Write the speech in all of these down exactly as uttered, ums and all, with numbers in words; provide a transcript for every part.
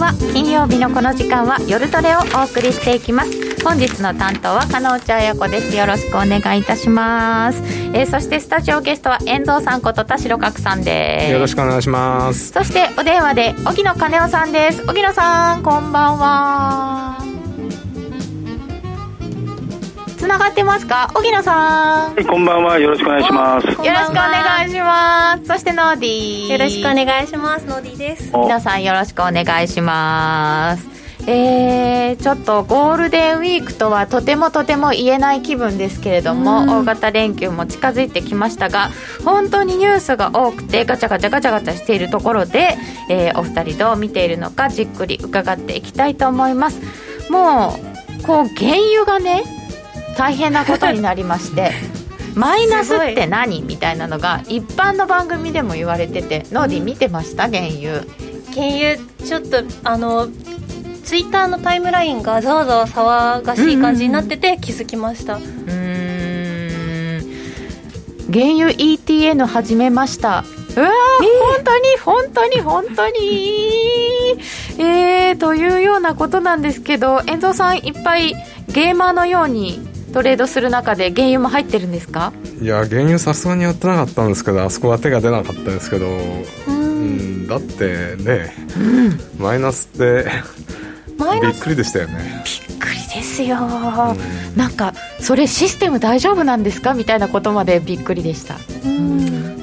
は。金曜日のこの時間は夜トレをお送りしていきます。本日の担当は加納内彩子です。よろしくお願いいたします。えー、そしてスタジオゲストは遠藤さんこと田代岳さんです。 よろしくお願いします。 そしてお電話で荻野金夫さんです。荻野さんこんばんは。つながってますか荻野さん。 はい、こんばんは。よろしくお願いします。よろしくお願いします。そしてノーディー。 よろしくお願いします。ノーディーです。 皆さんよろしくお願いします。えー、ちょっとゴールデンウィークとはとてもとても言えない気分ですけれども、大型連休も近づいてきましたが、本当にニュースが多くてガチャガチャガチャガチャしているところで、えー、お二人どう見ているのかじっくり伺っていきたいと思います。もうこう原油がね大変なことになりましてマイナスって何みたいなのが一般の番組でも言われてて、ノーディ見てました？原油原油ちょっとあのツイッターのタイムラインがざわざわ騒がしい感じになってて気づきました。うーん、原油 イーティーエヌ 始めました。うわー、えー、本当に本当に本当にえー、というようなことなんですけど、遠藤さんいっぱいゲーマーのようにトレードする中で原油も入ってるんですか？ いや原油さすがにやってなかったんですけど、あそこは手が出なかったですけど、うん、だってね、うん、マイナスってびっくりでしたよね。 びっくりですよ、うん、なんかそれシステム大丈夫なんですかみたいなことまでびっくりでした。うん、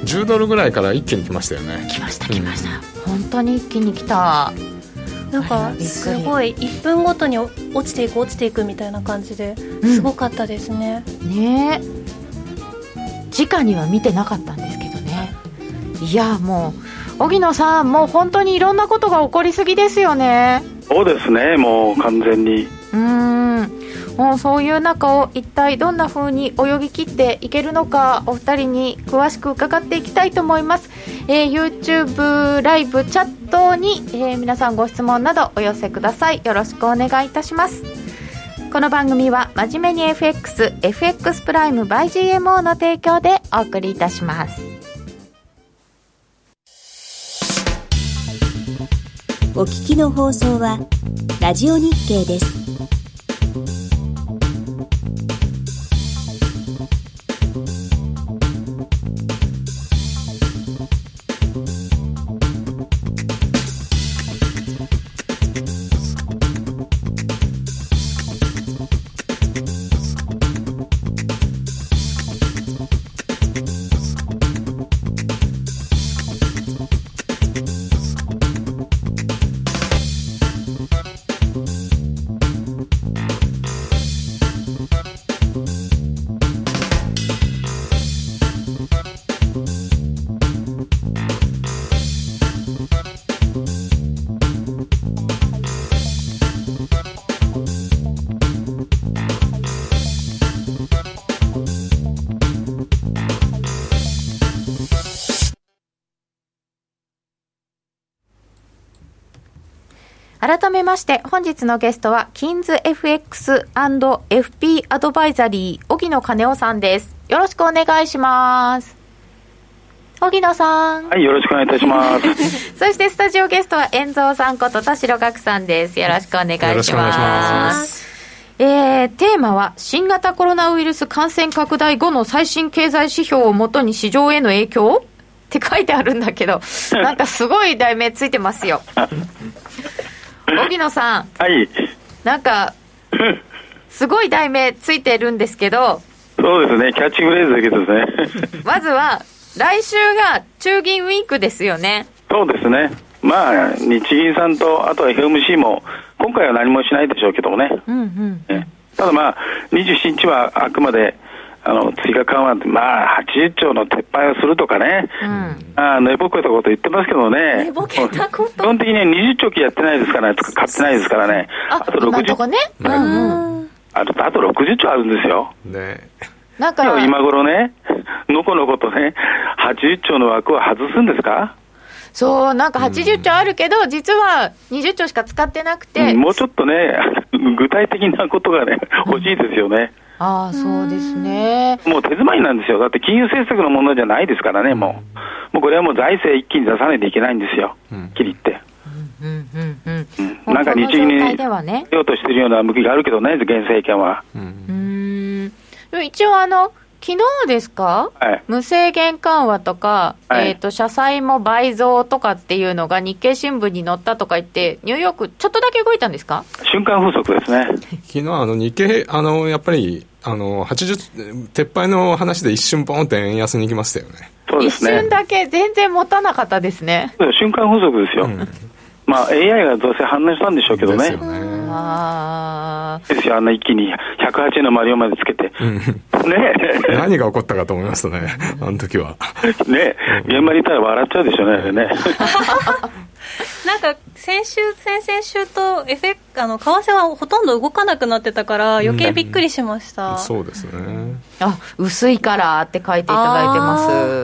じゅうドルぐらいから一気に来ましたよね。 来ました来ました、うん、本当に一気に来た。 なんかすごいいっぷんごとに落ちていく落ちていくみたいな感じですごかったですね、 うん、ねえ直には見てなかったんですけどね。いやもう荻野さんもう本当にいろんなことが起こりすぎですよね。 そうですね、もう完全に。 うーん、もうそういう中を一体どんな風に泳ぎ切っていけるのか、お二人に詳しく伺っていきたいと思います。えー、YouTube ライブチャットに、えー、皆さんご質問などお寄せください。よろしくお願いいたします。この番組は真面目に エフエックス エフエックス プライム by ジーエムオー の提供でお送りいたします。 お聞きの放送はラジオ日経です。 改めまして本日のゲストはキンズ エフエックス アンド エフピー アドバイザリー荻野金夫さんです。よろしくお願いします。荻野さん。 はい、よろしくお願いいたしますそしてスタジオゲストは遠藤さんこと田代岳さんです。よろしくお願いします。よろしくお願いします。えー、テーマは新型コロナウイルス感染拡大後の最新経済指標をもとに市場への影響って書いてあるんだけどなんかすごい題名ついてますよ荻野さん、 はい、 なんかすごい題名ついてるんですけど、 そうですね、キャッチフレーズだけですねまずは来週が中銀ウィークですよね。 そうですね、まあ日銀さんとあとは エフエムシー も今回は何もしないでしょうけどもね、うんうんね、ただまあにじゅうしちにちはあくまであの追加緩和で、まあはちじゅっちょうの撤廃をするとかね、うん、あ寝ぼけたこと言ってますけどね、 寝ぼけたこと基本的にはにじゅっちょうきやってないですからね、買ってないですからね、 あ, あとろくじゅう、ね、うんうん、 あとあとろくじゅっちょうあるんですよ、ね、 なんか今頃ねのこのことねはちじゅっちょうの枠を外すんですか。 そう、なんかはちじゅっちょうあるけど、うん、実はにじゅっちょうしか使ってなくて、 うん、もうちょっとね具体的なことがね欲しいですよね、 うん、ああそうですね。 もう手詰まりなんですよ。だって金融政策の問題じゃないですからね、もうもうこれはもう財政一気に出さないといけないんですよ、うん、きりって、 なんか日銀に出ようとしてるような向きがあるけどね、現政権は。 うん、うん一応あの昨日ですか、はい、無制限緩和とか、はいえー、と社債も倍増とかっていうのが日経新聞に載ったとか言ってニューヨークちょっとだけ動いたんですか？ 瞬間風速ですね。 昨日あの日経あのやっぱりあのはちじゅう撤廃の話で一瞬ポンって円安に行きましたよね。 そうですね。 一瞬だけ全然持たなかったですね。 瞬間風速ですよ、うんまあ、エーアイ がどうせ反応したんでしょうけどね。 ですよね。 あですよ、あんな一気にひゃくはちえんのマリオまでつけて、うん、ね何が起こったかと思いましたね、あの時は。 ね現場にいたら笑っちゃうでしょうね、あれね。 なんか先週、先々週と エフエックス あの為替はほとんど動かなくなってたから余計びっくりしました、 うん、そうですね。 あ薄いからって書いていただいてます、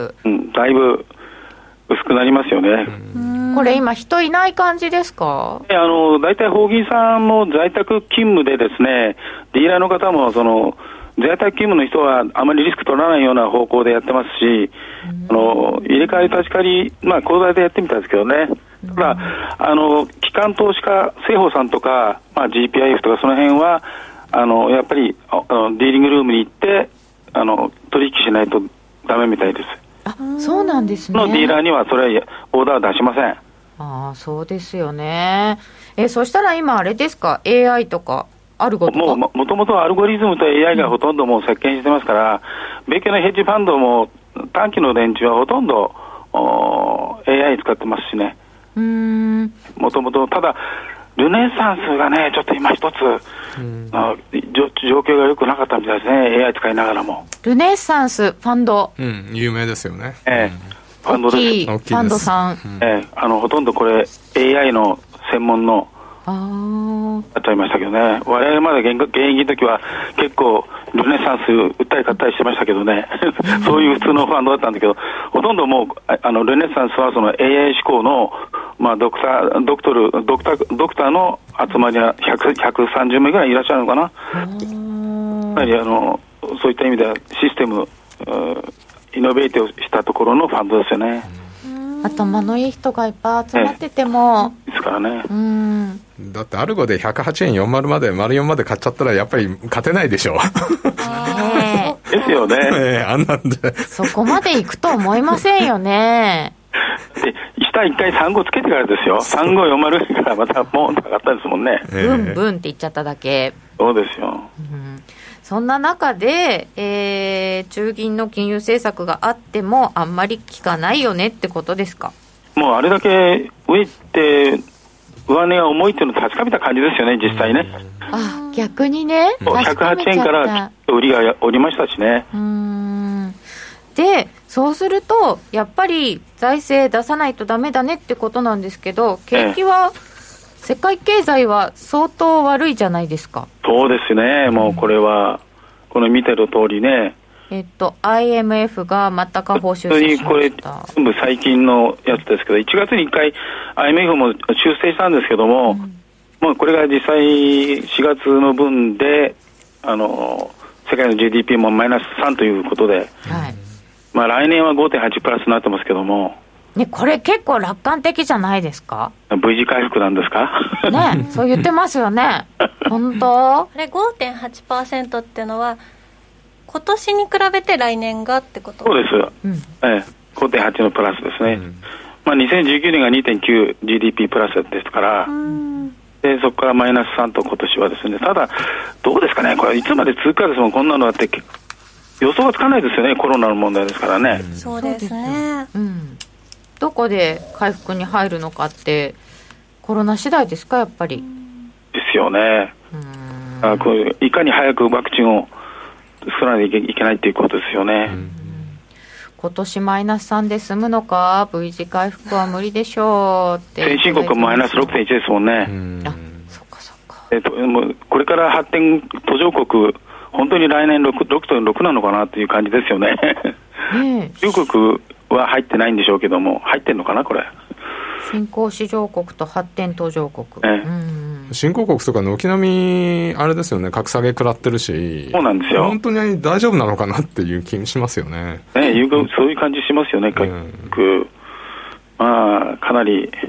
うん、だいぶ薄くなりますよね、 うんこれ今人いない感じですか？ あのだいたい法銀さんも在宅勤務でですね、ディーラーの方もその在宅勤務の人はあまりリスク取らないような方向でやってますし、あの入れ替わり立ち替わり、まあ、口座でやってみたんですけどね。ただあの機関投資家生保さんとか、まあ、ジーピーアイエフ とかその辺はあのやっぱりあのディーリングルームに行ってあの取引しないとダメみたいです。 あそうなんですね。 のディーラーにはそれはオーダーは出しません。 ああそうですよね。えそしたら今あれですか エーアイ とかアルゴとかも, も, もともとアルゴリズムと エーアイ がほとんどもう席巻してますから、うん、米系のヘッジファンドも短期の連中はほとんど エーアイ 使ってますしね。うーんもともとただルネサンスがねちょっと今一つ、うん、あ状況が良くなかったみたいですね。 エーアイ 使いながらもルネサンスファンド、 うん、有名ですよね、 ええファンドです。 大きいファンドさん、うんえー、あのほとんどこれ エーアイ の専門のあやっちゃいましたけどね。我々まだ現役の時は結構ルネサンス売ったり買ったりしてましたけどねそういう普通のファンドだったんだけど、ほとんどもうあのルネサンスはその エーアイ 志向の、まあ、ドクタードクトルドクタードクターの集まりがひゃく、ひゃくさんじゅうめいぐらいいらっしゃるのかな。やはりあのそういった意味ではシステムイノベーティブしたところのファンドですよね。 頭のいい人がいっぱい集まってても、 ええ、ですからね。 うんだってアルゴでひゃくはちえんよんじゅうまで丸よんまで買っちゃったらやっぱり勝てないでしょねですよね、 ええ、あんなんでそこまで行くと思いませんよね。 で下一回さんごつけてからですよ。さんごよんじゅうからまたもうなかったですもんね。 ブンブンって言っちゃっただけ。 そうですよ、 うんそんな中で、えー、中銀の金融政策があってもあんまり効かないよねってことですか？ もうあれだけ上って上値が重いっていうのを確かめた感じですよね、実際ね。 あ逆にね、 ひゃくはちえんから売りが下りましたしね。 うーんでそうするとやっぱり財政出さないとダメだねってことなんですけど、景気は、ええ世界経済は相当悪いじゃないですか。 そうですね、もうこれはこの見てる通りね、 えっと アイエムエフ がまた下方修正しました。これ全部最近のやつですけど、いちがつにいっかい アイエムエフ も修正したんですけども、うん、もうこれが実際しがつの分であの世界の ジーディーピー もマイナスさんということで、はいまあ、来年は ごてんはち プラスになってますけどもね、これ結構楽観的じゃないですか？ V 字回復なんですかね、そう言ってますよね本当？ あれ ごてんはちパーセント っていうのは今年に比べて来年がってこと？ そうです、うんええ、ごてんはち のプラスですね、うんまあ、にせんじゅうきゅうねんが にてんきゅうジーディーピー プラスですから、うんでそこからマイナスさんと今年はですね。ただどうですかね、これいつまで続くかですもん。こんなのだって予想がつかないですよね、コロナの問題ですからね、 うん、そうですね、 うんどこで回復に入るのかってコロナ次第ですか、やっぱり。 ですよね。うんあこういかに早くワクチンを作らないといけないということですよね。うん今年マイナスさんで済むのか、 V 字回復は無理でしょうって。 先進国はマイナス ろくてんいち ですもんね。うんあそっかそっか、 えっと、もうこれから発展途上国本当に来年 6, ろくてんろくなのかなという感じですよね。ね中国は入ってないんでしょうけども、入ってんのかなこれ。 新興市場国と発展途上国、 ええうん、新興国とか軒並みあれですよね、格下げ食らってるし。 そうなんですよ。 本当に大丈夫なのかなっていう気しますよね。 ね、そういう感じしますよね。結局、うん、まあかなり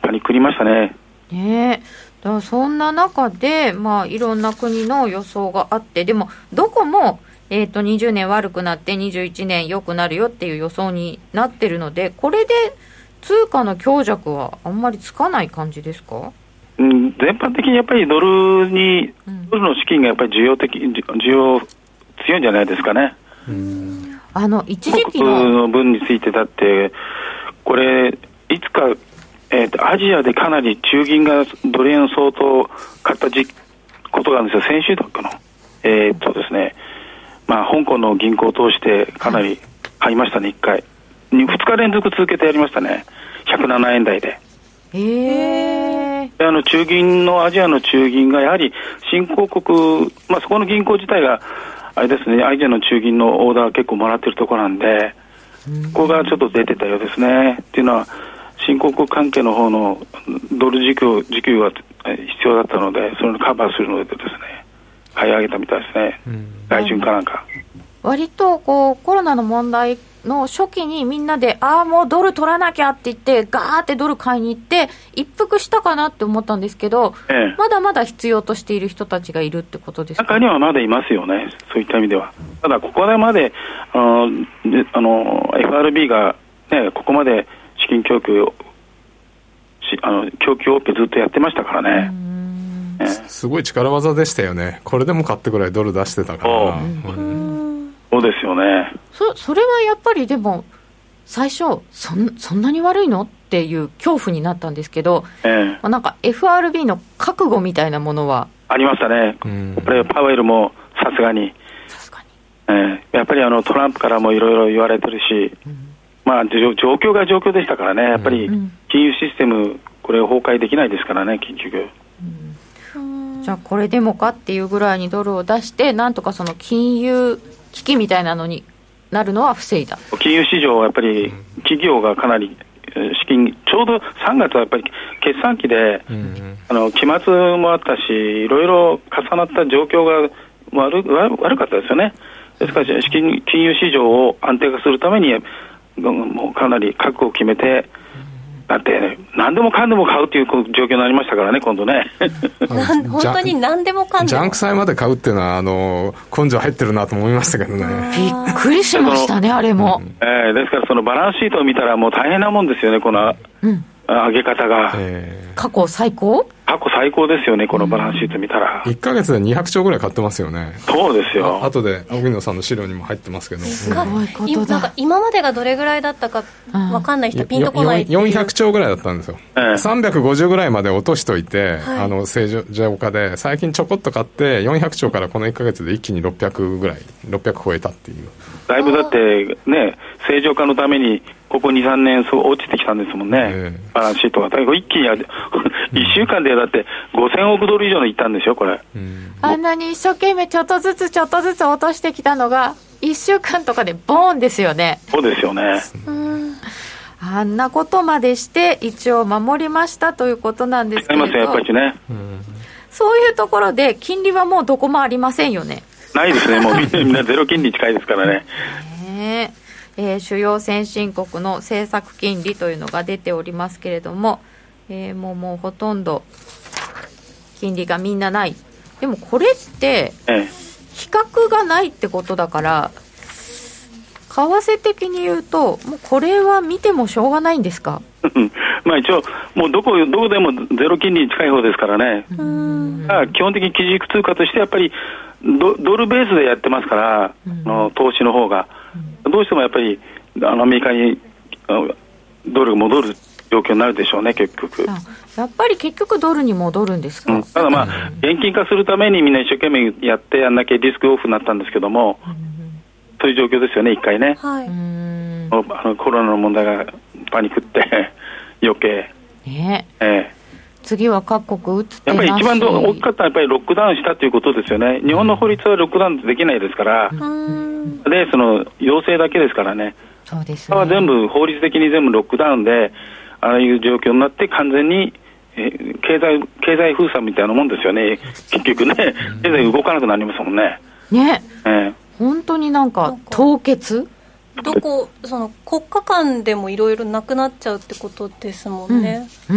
パニックりましたね。 ねえ、だからそんな中で、まあ、いろんな国の予想があって、でもどこも、えーと、にじゅうねん悪くなってにじゅういちねん良くなるよっていう予想になってるので、これで通貨の強弱はあんまりつかない感じですか？ うん、全般的にやっぱりドルに、うん、ドルの資金がやっぱり需要的、需要強いんじゃないですかね。 うん、あの一時期の, の分についてだってこれいつか、えー、とアジアでかなり中銀がドル円相当買ったじことがあるんですよ。先週だっけのえー、っとですね、まあ、香港の銀行を通してかなり買いましたね。いっかいふつか連続続けてやりましたね。ひゃくななえん台で。 へー。 あの中銀のアジアの中銀がやはり新興国、まあ、そこの銀行自体があれですね、アジアの中銀のオーダー結構もらってるところなんで、ここがちょっと出てたようですね。っていうのは新興国関係の方のドル需給、需給が必要だったので、それをカバーするのでですね、買い上げたみたいですね。来春かなんか。 割とこうコロナの問題の初期にみんなでああもうドル取らなきゃって言ってガーってドル買いに行って一服したかなって思ったんですけど、ええ、まだまだ必要としている人たちがいるってことですか？ 中にはまだいますよね。そういった意味では。ただここまであのあの エフアールビー が、ね、ここまで資金供給しあの供給オペずっとやってましたからね。 うん、すごい力技でしたよね。これでも買ってくらいドル出してたから。うん、 そうですよね。 そ, それはやっぱりでも最初 そ, そんなに悪いのっていう恐怖になったんですけど、えーまあ、なんか エフアールビー の覚悟みたいなものはありましたね。うん、これパウエルもさすがにさすがに、 えー、やっぱりあのトランプからもいろいろ言われてるし、うん、まあ状況が状況でしたからね。やっぱり金融システムこれ崩壊できないですからね結局。 うん、じゃあこれでもかっていうぐらいにドルを出してなんとかその金融危機みたいなのになるのは防いだ。 金融市場はやっぱり企業がかなり資金ちょうどさんがつはやっぱり決算期で、うん、あの期末もあったしいろいろ重なった状況が悪, 悪かったですよね。ですから資金金融市場を安定化するためにもうかなり覚悟を決めて、だって、ね、何でもかんでも買うという状況になりましたからね今度ね。 本当に何でもかんでもジャンク債まで買うっていうのはあの根性入ってるなと思いましたけどね。 びっくりしましたねあれも、 うんえー、ですからそのバランスシートを見たらもう大変なもんですよねこの、うん、上げ方が、 えー、過去最高過去最高ですよねこのバランスシート見たら、 うん、いっかげつでにひゃくちょうぐらい買ってますよね。 そうですよ。 あとで荻野さんの資料にも入ってますけどすごいことだ。 なんか今までがどれぐらいだったか分かんない人、うん、ピンとこないっていう。 よんひゃくちょうぐらいだったんですよ、えー、さんびゃくごじゅうぐらいまで落としといて、はい、あの正常化で最近ちょこっと買ってよんひゃくちょうからこのいっかげつで一気にろっぴゃくぐらいろっぴゃく超えたっていう。 だいぶだってね正常化のためにここ にさんねんそう落ちてきたんですもんね、えー、バランスシートが一気にいっしゅうかんでだってごせんおくドル以上のいったんですよこれ、うん、 あんなに一生懸命ちょっとずつちょっとずつ落としてきたのがいっしゅうかんとかでボーンですよね。 そうですよね。 うんあんなことまでして一応守りましたということなんですけれど。 違いますよやっぱりね、うん、 そういうところで金利はもうどこもありませんよね。 ないですねもうみんなみんなゼロ金利近いですからね。 ねえー、主要先進国の政策金利というのが出ておりますけれども、えー、もうもうほとんど金利がみんなない。でもこれって比較がないってことだから為替的に言うともうこれは見てもしょうがないんですか？ まあ一応もうどこどこでもゼロ金利に近い方ですからね。うん基本的に基軸通貨としてやっぱり ド, ドルベースでやってますから、うん、の投資の方が、うん、どうしてもやっぱりあのアメリカにドルが戻る状況になるでしょうね結局。 やっぱり結局ドルに戻るんですか？ うん、ただまあ現金化するためにみんな一生懸命やってやんなきゃリスクオフになったんですけども、うん、そういう状況ですよね一回ね、はい、うんあのコロナの問題がパニックって余計、 ねえー次は各国打つってやっぱり一番大きかったのはやっぱりロックダウンしたということですよね。日本の法律はロックダウンできないですから、うん、でその要請だけですからね。 そうですね。 は全部法律的に全部ロックダウンでああいう状況になって完全に、えー、経済経済封鎖みたいなもんですよね結局ね。経済動かなくなりますもんね。 ね、 えー、 本当になんか凍結どこその国家間でもいろいろなくなっちゃうってことですもんね。 うん、うんう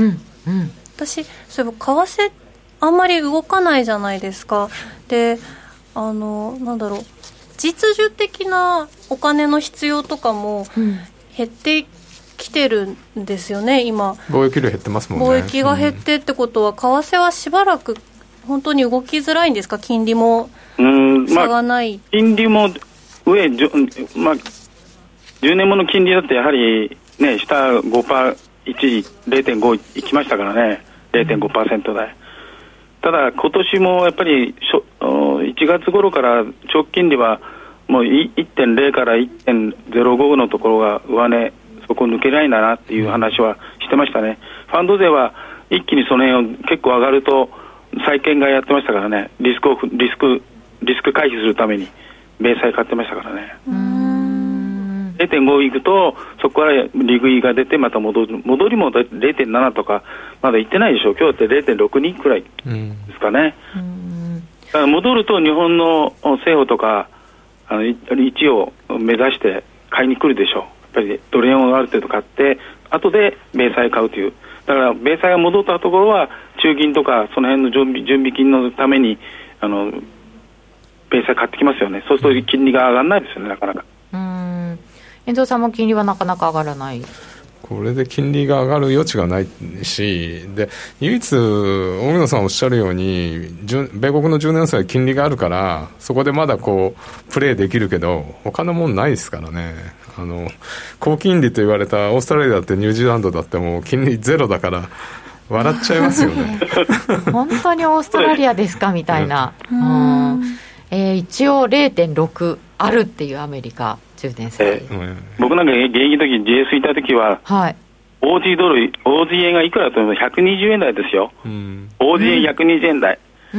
うん、 私そういえば為替あんまり動かないじゃないですか。であのなんだろう実需的なお金の必要とかも減ってきてるんですよね、今。 貿易量減ってますもんね。 貿易が減ってってことは、うん、為替はしばらく本当に動きづらいんですか？金利も差がない、 まあ、金利も上、まあ、じゅうねんもの金利だってやはり、ね、下 ごパーセント、一時 ゼロテンご いきましたからね、 ゼロテンごパーセント 台。ただ今年もやっぱりいちがつ頃から長期金利はもう いってんゼロ から いってんゼロご のところが上値、そこ抜けないんだなっていう話はしてましたね。ファンド税は一気にその辺を結構上がると債券がやってましたからね、リスクオフリスクリスク回避するために米債買ってましたからね。うーん ゼロテンご いくとそこから利食いが出てまた戻る、戻りも ゼロテンなな とかまだいってないでしょう。今日って ゼロテンろくに くらいですかね。うんだから戻ると日本の政府とかあの一を目指して買いに来るでしょう。やっぱりドル円をある程度買って後で米債買うという。だから米債が戻ったところは中銀とかその辺の準備、準備金のためにあの米債買ってきますよね。そうすると金利が上がらないですよね、なかなか。 うーん、遠藤さんも金利はなかなか上がらない。 これで金利が上がる余地がないし、で唯一大野さんおっしゃるように米国のじゅうねん債金利があるからそこでまだこうプレーできるけど他のもんないですからね。あの高金利と言われたオーストラリアだってニュージーランドだってもう金利ゼロだから笑っちゃいますよね本当にオーストラリアですかみたいな、うんうんえー、一応 ゼロテンろく あるっていうアメリカじゅうねん債、えー、僕なんか現役の時 ジェイエス いた時は、はい、オージー ドル オージー 円がいくらだと思うのひゃくにじゅうえん台ですよ、うん、オージー 円ひゃくにじゅうえん台、うん、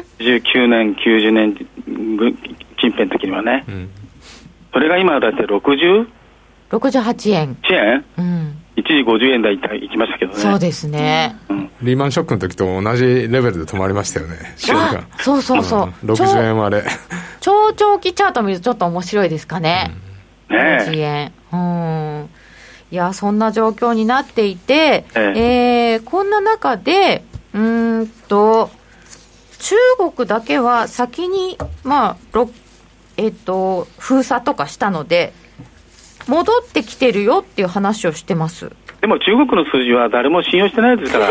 じゅうきゅうねんきゅうじゅうねん近辺の時にはね、うん、それが今だってろくじゅうろくじゅうはちえん、 うん、一時ごじゅうえん台いきましたけどね。 そうですね、うん、 リーマンショックの時と同じレベルで止まりましたよね。 あそうそうそう、うん、 ろくじゅうえん割れ超長期チャート見るとちょっと面白いですかね、うん、ねえろくじゅうえん、うん、いやそんな状況になっていて、えええー、こんな中でうーんと中国だけは先にまあえっと封鎖とかしたので戻ってきてるよっていう話をしてます。 でも中国の数字は誰も信用してないですから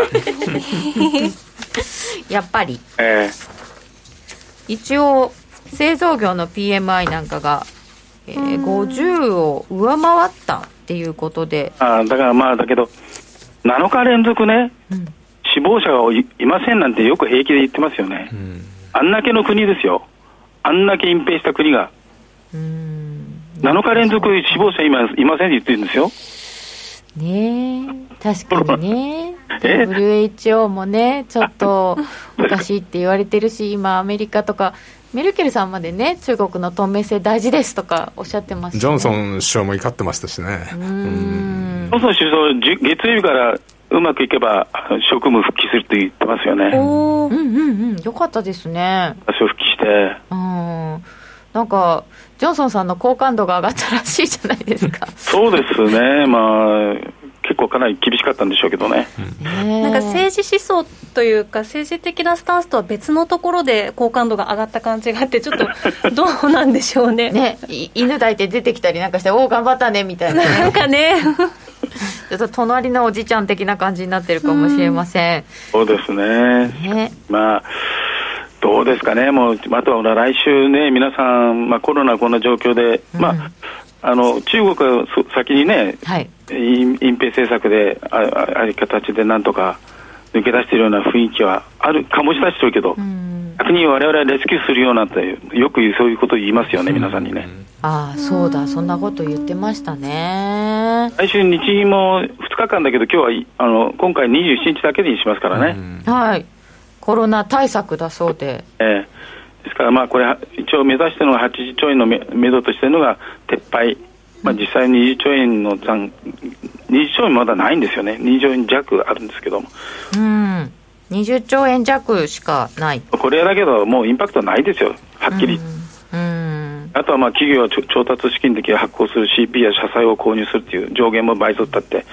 やっぱり、 えー、一応製造業の ピーエムアイ なんかが、えー、ごじゅうを上回ったっていうことで、 あだからまあだけどなのか連続ね、うん、死亡者が い, いませんなんてよく平気で言ってますよね、うん、あんだけの国ですよ。あんだけ隠蔽した国がうーんなのか連続死亡者 い, まいませんって言ってるんですよねえ確かにねダブリューエイチオー もねちょっとおかしいって言われてるし今アメリカとかメルケルさんまでね中国の透明性大事ですとかおっしゃってますし、ね、 ジョンソン首相も怒ってましたしね。うーんジョンソン首相月曜日からうまくいけば職務復帰すると言ってますよね。 おうんうんうんよかったですね。 私を復帰してうんなんかジョンソンさんの好感度が上がったらしいじゃないですかそうですね、まあ、結構かなり厳しかったんでしょうけどね、 なんか政治思想というか政治的なスタンスとは別のところで好感度が上がった感じがあってちょっとどうなんでしょう ね, ね犬抱いて出てきたりなんかしておー頑張ったねみたいな、ね、 なんかねちょっと隣のおじちゃん的な感じになってるかもしれません。 うそうですね、ねまあどうですかね、もうあとは来週ね、皆さん、まあ、コロナこんな状況で、うんまあ、あの中国は先にね、はい、隠蔽政策であある形でなんとか抜け出しているような雰囲気はある醸し出してるけど、うん、逆に我々はレスキューするようなってよくそういうことを言いますよね、皆さんにね。 ああそうだ、そんなこと言ってましたね。 来週日銀もふつかかんだけど今日はあの今回にじゅうしちにちだけにしますからね、 うん、はいコロナ対策だそうで、 えー、ですからまあこれ一応目指しているのがはちじゅっちょうえんの め, めどとしているのが撤廃、まあ、実際ににじゅっちょうえんの残にじゅっちょうえんまだないんですよね。にじゅうちょうえん弱あるんですけども、 うんにじゅっちょうえん弱しかない。 これだけどもうインパクトないですよはっきり、うんうん、あとはまあ企業は調達資金的に発行する シーピー や社債を購入するっていう上限も倍増だって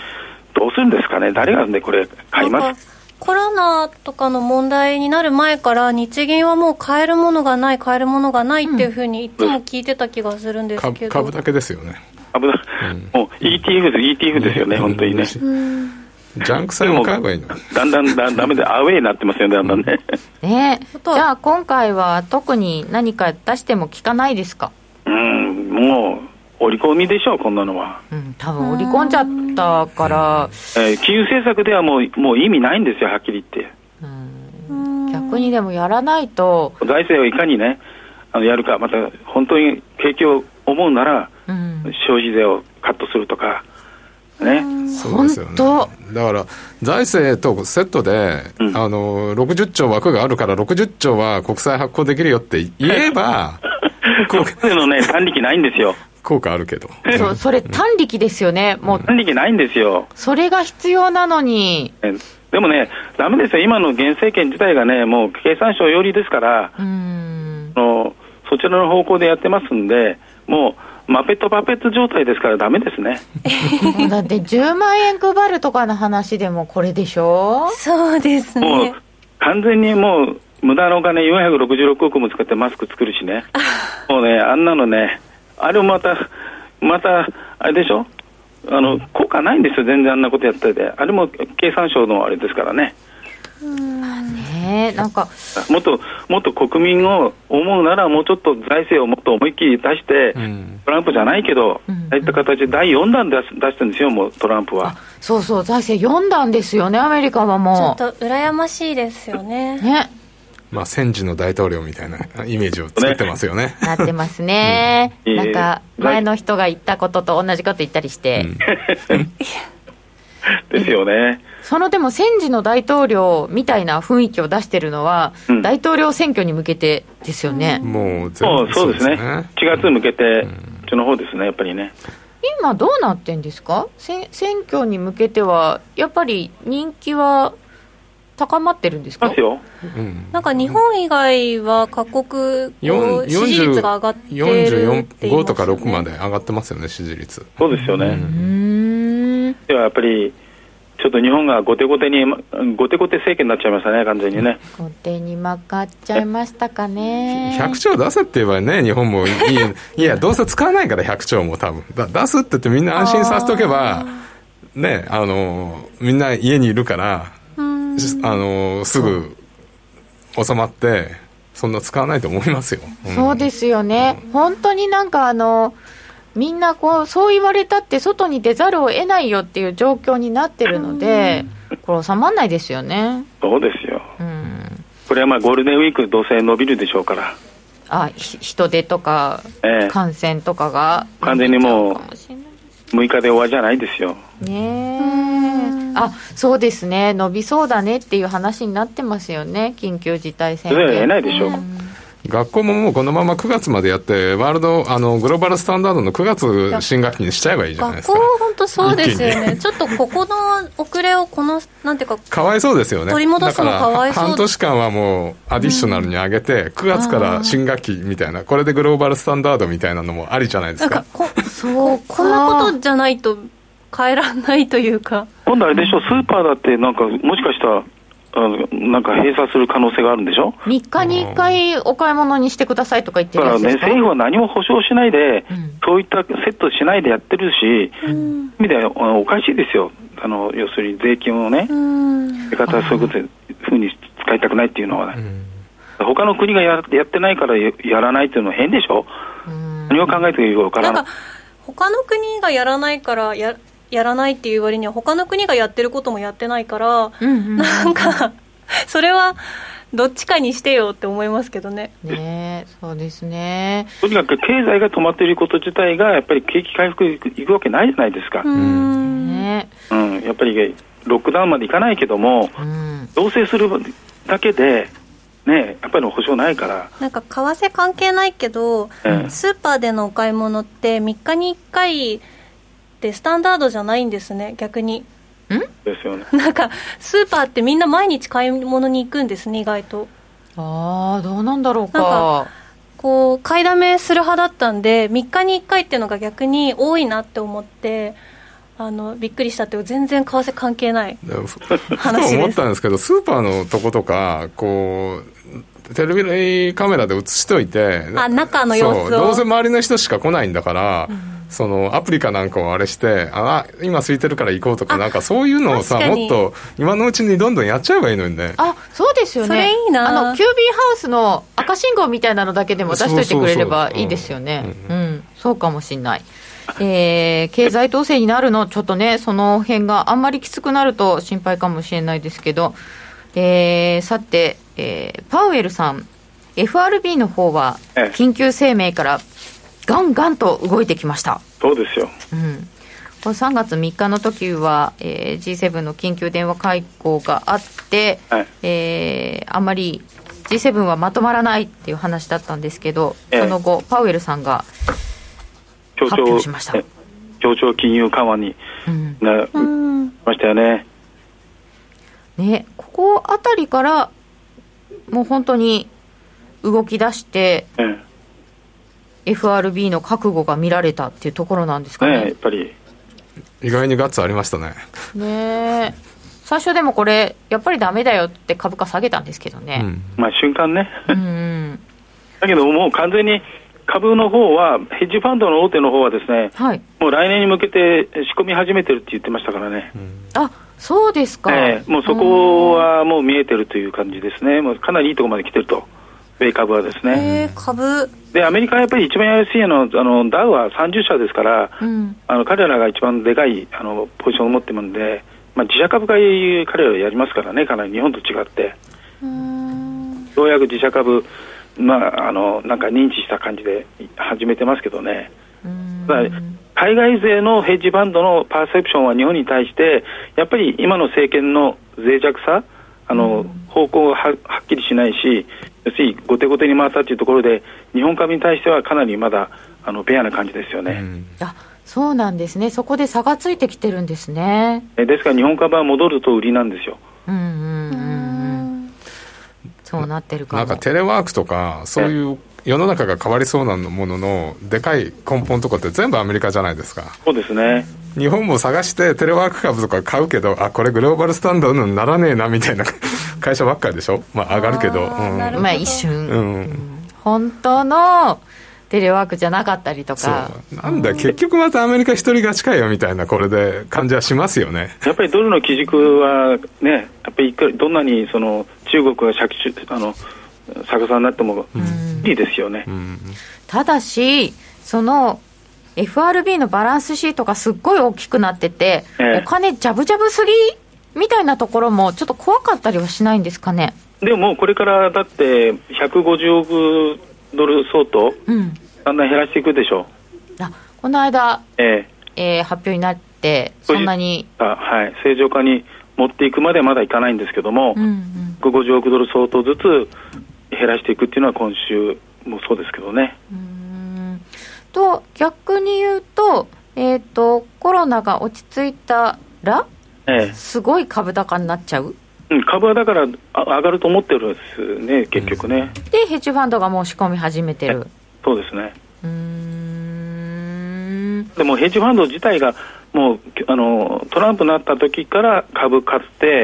どうするんですかね、誰がねこれ買います？ コロナとかの問題になる前から日銀はもう買えるものがない買えるものがないっていうふうにいつも聞いてた気がするんですけど、 うん、株だけですよね。 株だ、うん、もう イーティーエフ です イーティーエフ ですよね、うん、本当にね、うん、 ジャンク債も買えばいいの。 だんだんだダメでアウェーになってますよね、だんだんね、 ねじゃあ今回は特に何か出しても効かないですか？ うん、もう織り込みでしょう、こんなのは、 うん、多分織り込んじゃったから、 えー、金融政策ではもう、もう意味ないんですよ、はっきり言って。 うん、逆にでもやらないと財政をいかにねあのやるか、また本当に景気を思うなら、うん、消費税をカットするとかね、 そうですよね。だから財政とセットで、うん、あのろくじゅっちょう枠があるからろくじゅっちょうは国債発行できるよって言えば国債のね短利ないんですよ。 効果あるけどそ, それ短力ですよね、もう短力ないんですよ。 それが必要なのに。 でもねダメですよ、今の現政権自体がねもう経産省寄りですから、うーんのそちらの方向でやってますんで、もうマペットパペット状態ですからダメですねだってじゅうまんえん配るとかの話でもこれでしょ。 そうですね、 もう完全にもう無駄なお金よんひゃくろくじゅうろくおくも使ってマスク作るしねもうねあんなのねあれもまたまたあれでしょ、あの効果ないんですよ、全然あんなことやってて。あれも経産省のあれですからね。 うんね、なんかもっともっと国民を思うならもうちょっと財政をもっと思いっきり出して、うん、トランプじゃないけど、うん、ああいった形でだいよんだん出し、出してるんですよ、もうトランプは。 そうそう、財政よんだんですよね、アメリカはもう。ちょっと羨ましいですよね。 ね、 まあ、戦時の大統領みたいなイメージを作ってますよね。 なってますね、うん、なんか前の人が言ったことと同じこと言ったりして、うん、 ですよね。 そのでも戦時の大統領みたいな雰囲気を出してるのは、うん、大統領選挙に向けてですよね。 もう全部そうですね、しちがつ向けて、うん、その方ですね、やっぱりね。 今どうなってんですか、選挙に向けてはやっぱり人気は高まってるんですか？ ますよ、 うん、なんか日本以外は各国支持率が上がってるって言いますよね。 よんじゅうごとかろくまで上がってますよね、支持率。 そうですよね。うーん、ではやっぱりちょっと日本が後手後手に後手後手政権になっちゃいましたね、完全にね。 後手に負かっちゃいましたかね。 ひゃくちょう出せって言えばね、日本もいいいやどうせ使わないからひゃくちょうも多分だ出すって言ってみんな安心させとけばね、あのみんな家にいるからあのすぐ収まってそんな使わないと思いますよ、 うん、そうですよね、うん、本当になんかあのみんなこうそう言われたって外に出ざるを得ないよっていう状況になってるので、これ収まんないですよね。 そうですよ、うん、これはまあゴールデンウィークどうせ伸びるでしょうから、 あ人手とか感染とかが、 ええ、完全にもうむいかで終わりじゃないですよね。あ、そうですね、伸びそうだねっていう話になってますよね、緊急事態宣言。 それは言えないでしょう、うん、 学校ももうこのままくがつまでやってワールドあのグローバルスタンダードのくがつ新学期にしちゃえばいいじゃないですか。 学校本当そうですよね。ちょっとここの遅れをこのなんていうかかわいそうですよね。 取り戻すのかわいそう。 半年間はもうアディショナルに上げて、うん、くがつから新学期みたいな、これでグローバルスタンダードみたいなのもありじゃないですか。 なんか こ, そうこんなことじゃないと変えらんないというか。 今度あれでしょ、スーパーだってなんかもしかしたらあのなんか閉鎖する可能性があるんでしょ。 みっかにいっかいお買い物にしてくださいとか言ってるやつですか。 だからね、政府は何も保証しないで、うん、そういったセットしないでやってるし、うん、意味ではおかしいですよ。あの要するに税金をね、うん、出方はそういうことふうに使いたくないっていうのはね、うん、他の国が や, やってないからやらないっていうのは変でしょ、うん、何を考えていいか分からない。 なんか他の国がやらないからややらないっていう割には他の国がやってることもやってないから、うんうん、なんかそれはどっちかにしてよって思いますけどね。 ね、そうですね。 とにかく経済が止まっていること自体がやっぱり景気回復い く, いくわけないじゃないですか。うん、ね、うん、やっぱりロックダウンまでいかないけども、うん、要請するだけでね、やっぱり保証ないから。 なんか為替関係ないけど、うん、スーパーでのお買い物ってみっかにいっかいってスタンダードじゃないんですね、逆に。 んですよね。 なんかスーパーってみんな毎日買い物に行くんですね、意外と。 ああ、どうなんだろうか。 なんかこう買いだめする派だったんでみっかにいっかいっていうのが逆に多いなって思って、 あのびっくりしたっていう全然為替関係ない話です。ふと思ったんですけど、スーパーのとことかこうテレビカメラで映しといて、 あ中の様子を、 そうどうせ周りの人しか来ないんだから、うん、そのアプリかなんかをあれして、あ今空いてるから行こうとか、なんかそういうのをさ、もっと今のうちにどんどんやっちゃえばいいのにね。 あ、そうですよね。 それいいな。 あのキュービーハウスの赤信号みたいなのだけでも出しといてくれればいいですよね。うん、うん、そうかもしんない。えー、経済統制になるのちょっとね、その辺があんまりきつくなると心配かもしれないですけど、えー、さて、えー、パウエルさん エフアールビー の方は緊急声明からガンガンと動いてきました。 そうですよ、 うん、これさんがつみっかの時は、えー、ジーセブン の緊急電話会合があって、はい、えー、あんまり ジーセブン はまとまらないっていう話だったんですけど、その後パウエルさんが発表しました。 協調金融緩和になりましたよね。 ね、ここあたりからもう本当に動き出して、うん、エフアールビー の覚悟が見られたっていうところなんですかね。 ね、やっぱり意外にガッツありましたね。 ね、最初でもこれやっぱりダメだよって株価下げたんですけどね、うん、 まあ瞬間ね、 うん、 だけどもう完全に株の方はヘッジファンドの大手の方はですね、はい、もう来年に向けて仕込み始めてるって言ってましたからね、うん、 あ、そうですか、 えー、もうそこはもう見えてるという感じですね。もうかなりいいところまで来てると、米株はですね。 えー、株でアメリカはやっぱり一番安いの、あのダウはさんじゅっしゃですから、うん、あの彼らが一番でかいあのポジションを持ってるので、まあ、自社株買い彼らはやりますからね、かなり日本と違って。うーん、ようやく自社株、まあ、あのなんか認知した感じで始めてますけどね。うん、だから海外勢のヘッジファンドのパーセプションは日本に対してやっぱり今の政権の脆弱さ、あの、うん、方向が は, はっきりしないし、要するに後手後手に回ったというところで日本株に対してはかなりまだあのベアな感じですよね。うん、 あ、そうなんですね。そこで差がついてきてるんですね。 えですから日本株は戻ると売りなんですよ。 うんうんうんうん、そうなってるかも。 なんかテレワークとかそういう世の中が変わりそうなもののでかい根本とかって全部アメリカじゃないですか。 そうですね。 日本も探してテレワーク株とか買うけど、あ、これグローバルスタンダードにならねえなみたいな会社ばっかりでしょ。まあ上がるけど、 あ、うん、まあ一瞬、うんうん、本当のテレワークじゃなかったりとか、 そうなんだ、結局またアメリカ一人勝ちかよみたいな、これで感じはしますよね。 やっぱりドルの基軸はね、やっぱりどんなにその中国が借地あの逆さになってもいいですよね。うんうん、 ただしその エフアールビー のバランスシートがすっごい大きくなってて、えー、お金ジャブジャブすぎみたいなところもちょっと怖かったりはしないんですかね。 でもこれからだってひゃくごじゅうおくドル相当、うん、だんだん減らしていくでしょう。 あ、この間、 えーえー、発表になってそんなに、 あ、はい、正常化に持っていくまではまだいかないんですけども、うんうん、ひゃくごじゅうおくドル相当ずつ減らしていくっていうのは今週もそうですけどね。うーんと逆に言うと、えーと、コロナが落ち着いたら、ええ、すごい株高になっちゃう。 うん、株はだから上がると思ってるんですね、結局ね。 でヘッジファンドが申し込み始めてる。 そうですね。 うーん、 でもヘッジファンド自体がもうあのトランプになった時から株買って、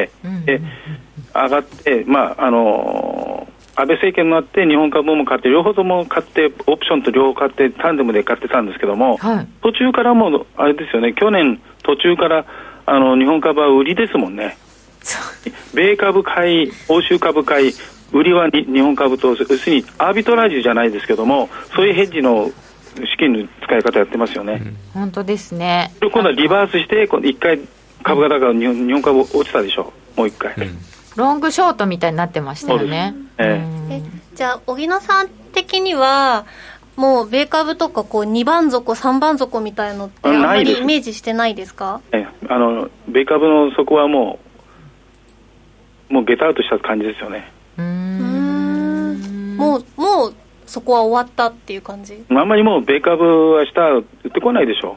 うん、で上がって、まああの安倍政権になって日本株も買って両方とも買ってオプションと両方買ってタンデムで買ってたんですけども、はい、途中からもうあれですよね、去年途中からあの日本株は売りですもんね。米株買い、欧州株買い、売りはに日本株と、要するにアービトラージュじゃないですけども、そういうヘッジの資金の使い方やってますよね。うん、 本当ですね。 今度はリバースして今度いっかい株がだから日本、日本株落ちたでしょ、もういっかい、うん、 ロングショートみたいになってましたよね。 ええ、じゃあ荻野さん的にはもう米株とかこうにばん底さんばん底みたいのってあんまりイメージしてないですか？ えあの米株の底はもうもうゲタアウトした感じですよね。 うーん、もうもうそこは終わったっていう感じ。 あんまりもう米株は下売ってこないでしょ。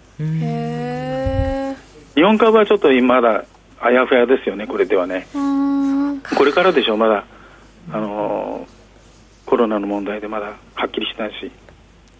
へー、日本株はちょっとまだあやふやですよね、これではね。うーん、これからでしょ、まだあのー、コロナの問題でまだはっきりしないし。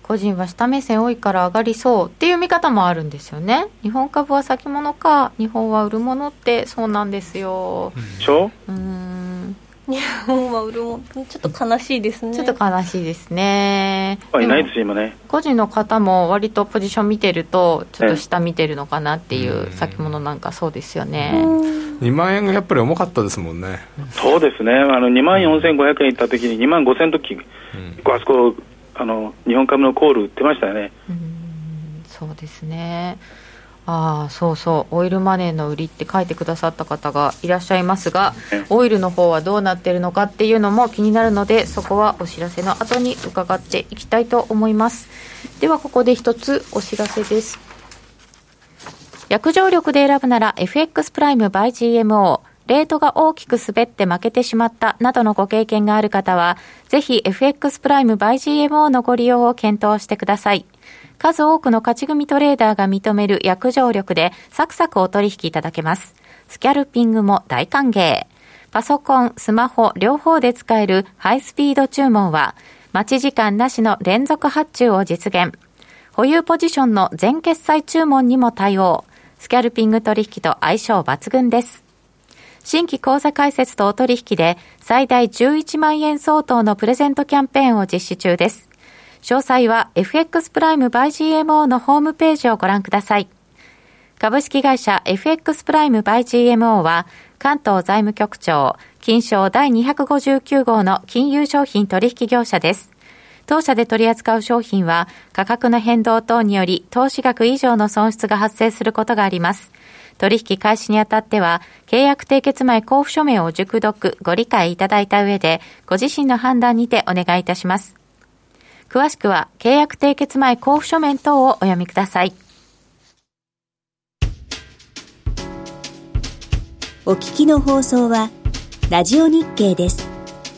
個人は下目線多いから上がりそうっていう見方もあるんですよね。日本株は先物か日本は売るものってそうなんですよ。 そううーん日本は売るもんちょっと悲しいですね。 ちょっと悲しいですね。 いないです今ね。 個人の方も割とポジション見てるとちょっと下見てるのかなっていう先物なんかそうですよね。 にまん円がやっぱり重かったですもんね。 そうですね。あのにまんよんせんごひゃくえんいった時ににまんごせんの時、うん、あそこあの日本株のコール売ってましたよね。 うーんそうですね。ああそうそうオイルマネーの売りって書いてくださった方がいらっしゃいますが、オイルの方はどうなってるのかっていうのも気になるので、そこはお知らせの後に伺っていきたいと思います。ではここで一つお知らせです。約定力で選ぶなら エフエックス プライム by ジーエムオー、 レートが大きく滑って負けてしまったなどのご経験がある方はぜひ エフエックス プライム by ジーエムオー のご利用を検討してください。数多くの勝ち組トレーダーが認める約定力でサクサクお取引いただけます。スキャルピングも大歓迎。パソコン、スマホ両方で使えるハイスピード注文は待ち時間なしの連続発注を実現。保有ポジションの全決済注文にも対応。スキャルピング取引と相性抜群です。新規口座開設とお取引で最大じゅういちまんえん相当のプレゼントキャンペーンを実施中です。詳細は エフエックス プライム by ジーエムオー のホームページをご覧ください。株式会社 エフエックス プライム by ジーエムオー は関東財務局長金商第にひゃくごじゅうきゅう号の金融商品取引業者です。当社で取り扱う商品は価格の変動等により投資額以上の損失が発生することがあります。取引開始にあたっては契約締結前交付書面を熟読ご理解いただいた上でご自身の判断にてお願いいたします。詳しくは契約締結前交付書面等をお読みください。 お聞きの放送はラジオ日経です。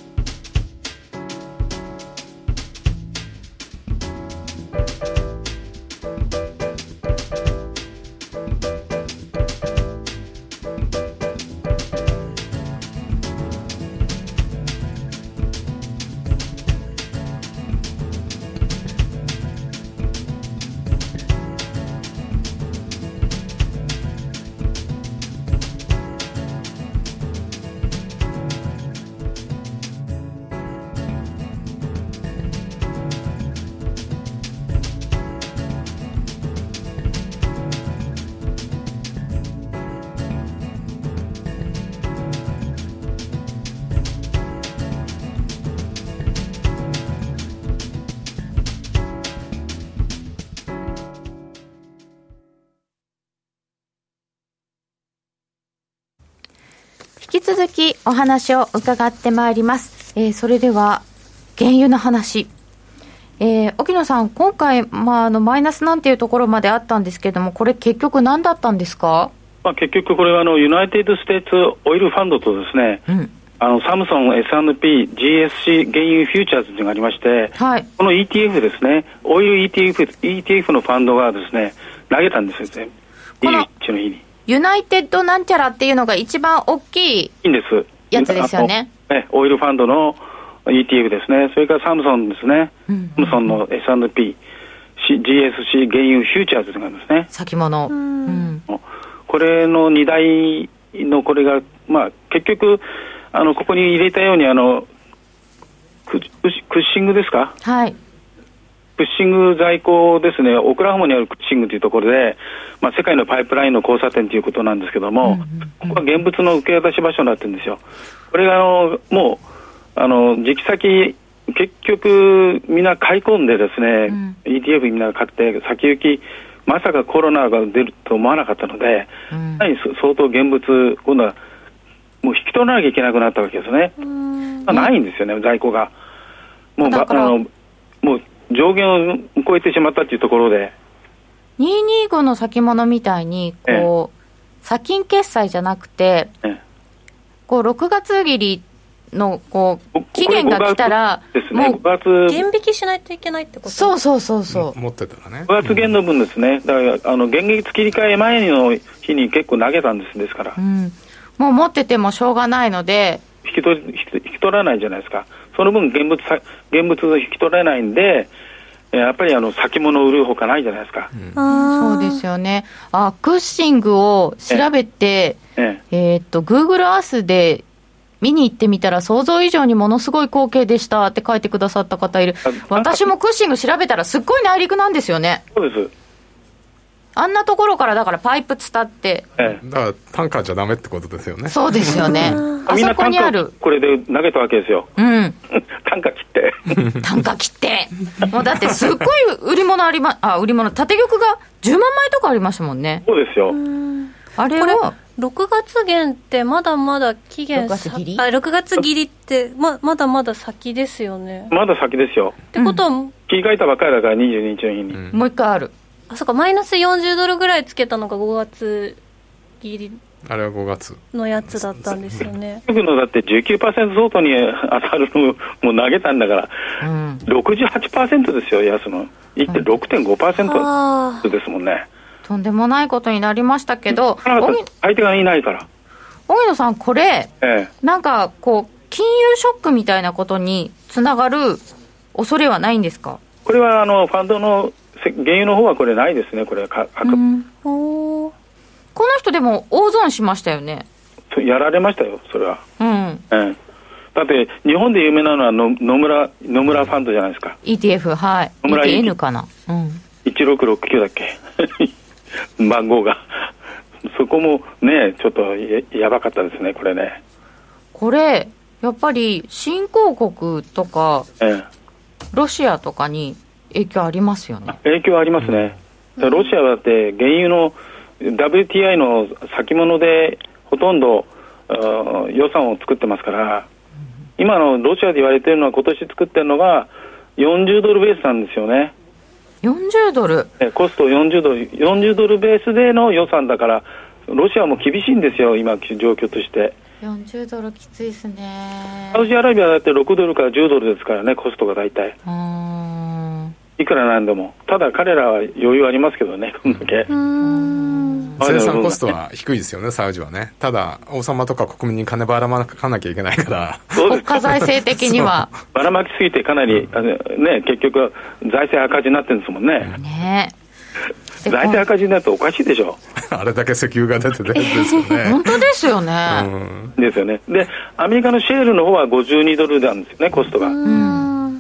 引き続きお話を伺ってまいります。えー、それでは原油の話、えー、沖野さん今回、まあ、あのマイナスなんていうところまであったんですけれども、これ結局何だったんですか？ まあ、結局これはあのユナイテッド・ステーツ・オイルファンドとですね、うん、あのサムソン エスアンドピー、ジーエスシー 原油フューチャーズというのがありまして、はい、この イーティーエフ ですね、オイル イーティーエフ、イーティーエフ のファンドがですね投げたんですよね、にじゅういちの日に。 ユナイテッドなんちゃらっていうのが一番大きいやつですよね。 オイルファンドの イーティーエフ ですね。それからサムソンですね、うん、サムソンの エスアンドピー、ジーエスシー 原油フューチャーズというのがあるんですね。 先物、うん、 これのに大のこれが、まあ、結局あのここに入れたようにあのク, クッシングですか、 はい、 クッシング在庫ですね、オクラホマにあるクッシングというところで、まあ、世界のパイプラインの交差点ということなんですけども、うんうんうん、ここは現物の受け渡し場所になってるんですよ。これがあのもうあの時期先結局みんな買い込んでですね、うん、イーティーエフ みんな買って先行きまさかコロナが出ると思わなかったので、うん、相当現物今度はもう引き取らなきゃいけなくなったわけですね。まあ、ないんですよね、在庫がもうあのもう上限を超えてしまったというところで、 にひゃくにじゅうごの先物みたいにこう、ええ、先金決済じゃなくて、ええ、こうろくがつ切りのこう期限が来たらもう減引きしないといけないってこと。 そうそうそうそう、 持ってたらね、 ごがつ限の分ですね。だからあの現月切り替え前の日に結構投げたんですですから、 うん、もう持っててもしょうがないので引き取引き取らないじゃないですか。その分現物現物を引き取れないんで、 やっぱりあの先物を売るほかないじゃないですか、 うん、そうですよね。あ、クッシングを調べて、えええー、っと Google Earth で見に行ってみたら想像以上にものすごい光景でしたって書いてくださった方いる。私もクッシング調べたらすっごい内陸なんですよね。 そうです。 あんなところからだからパイプ伝って、 ええ、だからタンカーじゃダメってことですよね。 そうですよね。あそこにあるこれで投げたわけですよ、うん、タンカー切ってタンカー切ってもうだってすっごい売り物ありまあ売り物縦玉がじゅうまんまいとかありましたもんね。 そうですよ。 あれはろくがつ限ってまだまだ期限ろくがつ切りあろくがつ切りってままだまだ先ですよね。 まだ先ですよ。 ってことは、うん、 切り替えたばっかりだからにじゅうににちの日に、 うん、もう一回ある。 あ、そうか、マイナスよんじゅうドルぐらいつけたのがごがつ切りあれはごがつのやつだったんですよね。 僕のだって じゅうきゅうパーセント 相当に当たるのもう投げたんだから、うん、ろくじゅうはちパーセント ですよ安の いってんろくてんごパーセント ですもんね。 とんでもないことになりましたけど、 相手がいないから荻野さんこれ、 ええ、 なんかこう金融ショックみたいなことにつながる恐れはないんですか。 これはあのファンドの原油の方はこれないですね。これはか、うん、 おこの人でも大損しましたよね。 やられましたよそれは、 うんええ、だって日本で有名なのは野村野村ファンドじゃないですか。 イーティーエフ、はい、野村 イーティーエヌ かな、うん、 いちろくろくきゅうだっけ番号がそこもねちょっと や, やばかったですねこれね。 これやっぱり新興国とか、ええ、ロシアとかに影響ありますよね。 影響ありますね、うん、ロシアはだって原油の ダブリューティーアイ の先物でほとんど予算を作ってますから、うん、今のロシアで言われているのは今年作ってるのがよんじゅうドルベースなんですよね。 よんじゅうドルコストよんじゅうドルよんじゅうドルベースでの予算だからロシアも厳しいんですよ今状況として。 よんじゅうドルきついですね。 サウジアラビアだってろくドルからじゅうドルですからねコストが大体。うーんいくらなんでも。ただ彼らは余裕ありますけどねこんだけ。うーん生産コストは低いですよねサウジはね。ただ王様とか国民に金ばらまかなきゃいけないから国家財政的にはばらまきすぎてかなりあの、ね、結局財政赤字になってるんですもんね。 ね財政赤字になるとおかしいでしょあれだけ石油が出ててですよね本当ですよね、 うん、ですよね。でアメリカのシェールの方はごじゅうにドルなんですよねコストが。うん、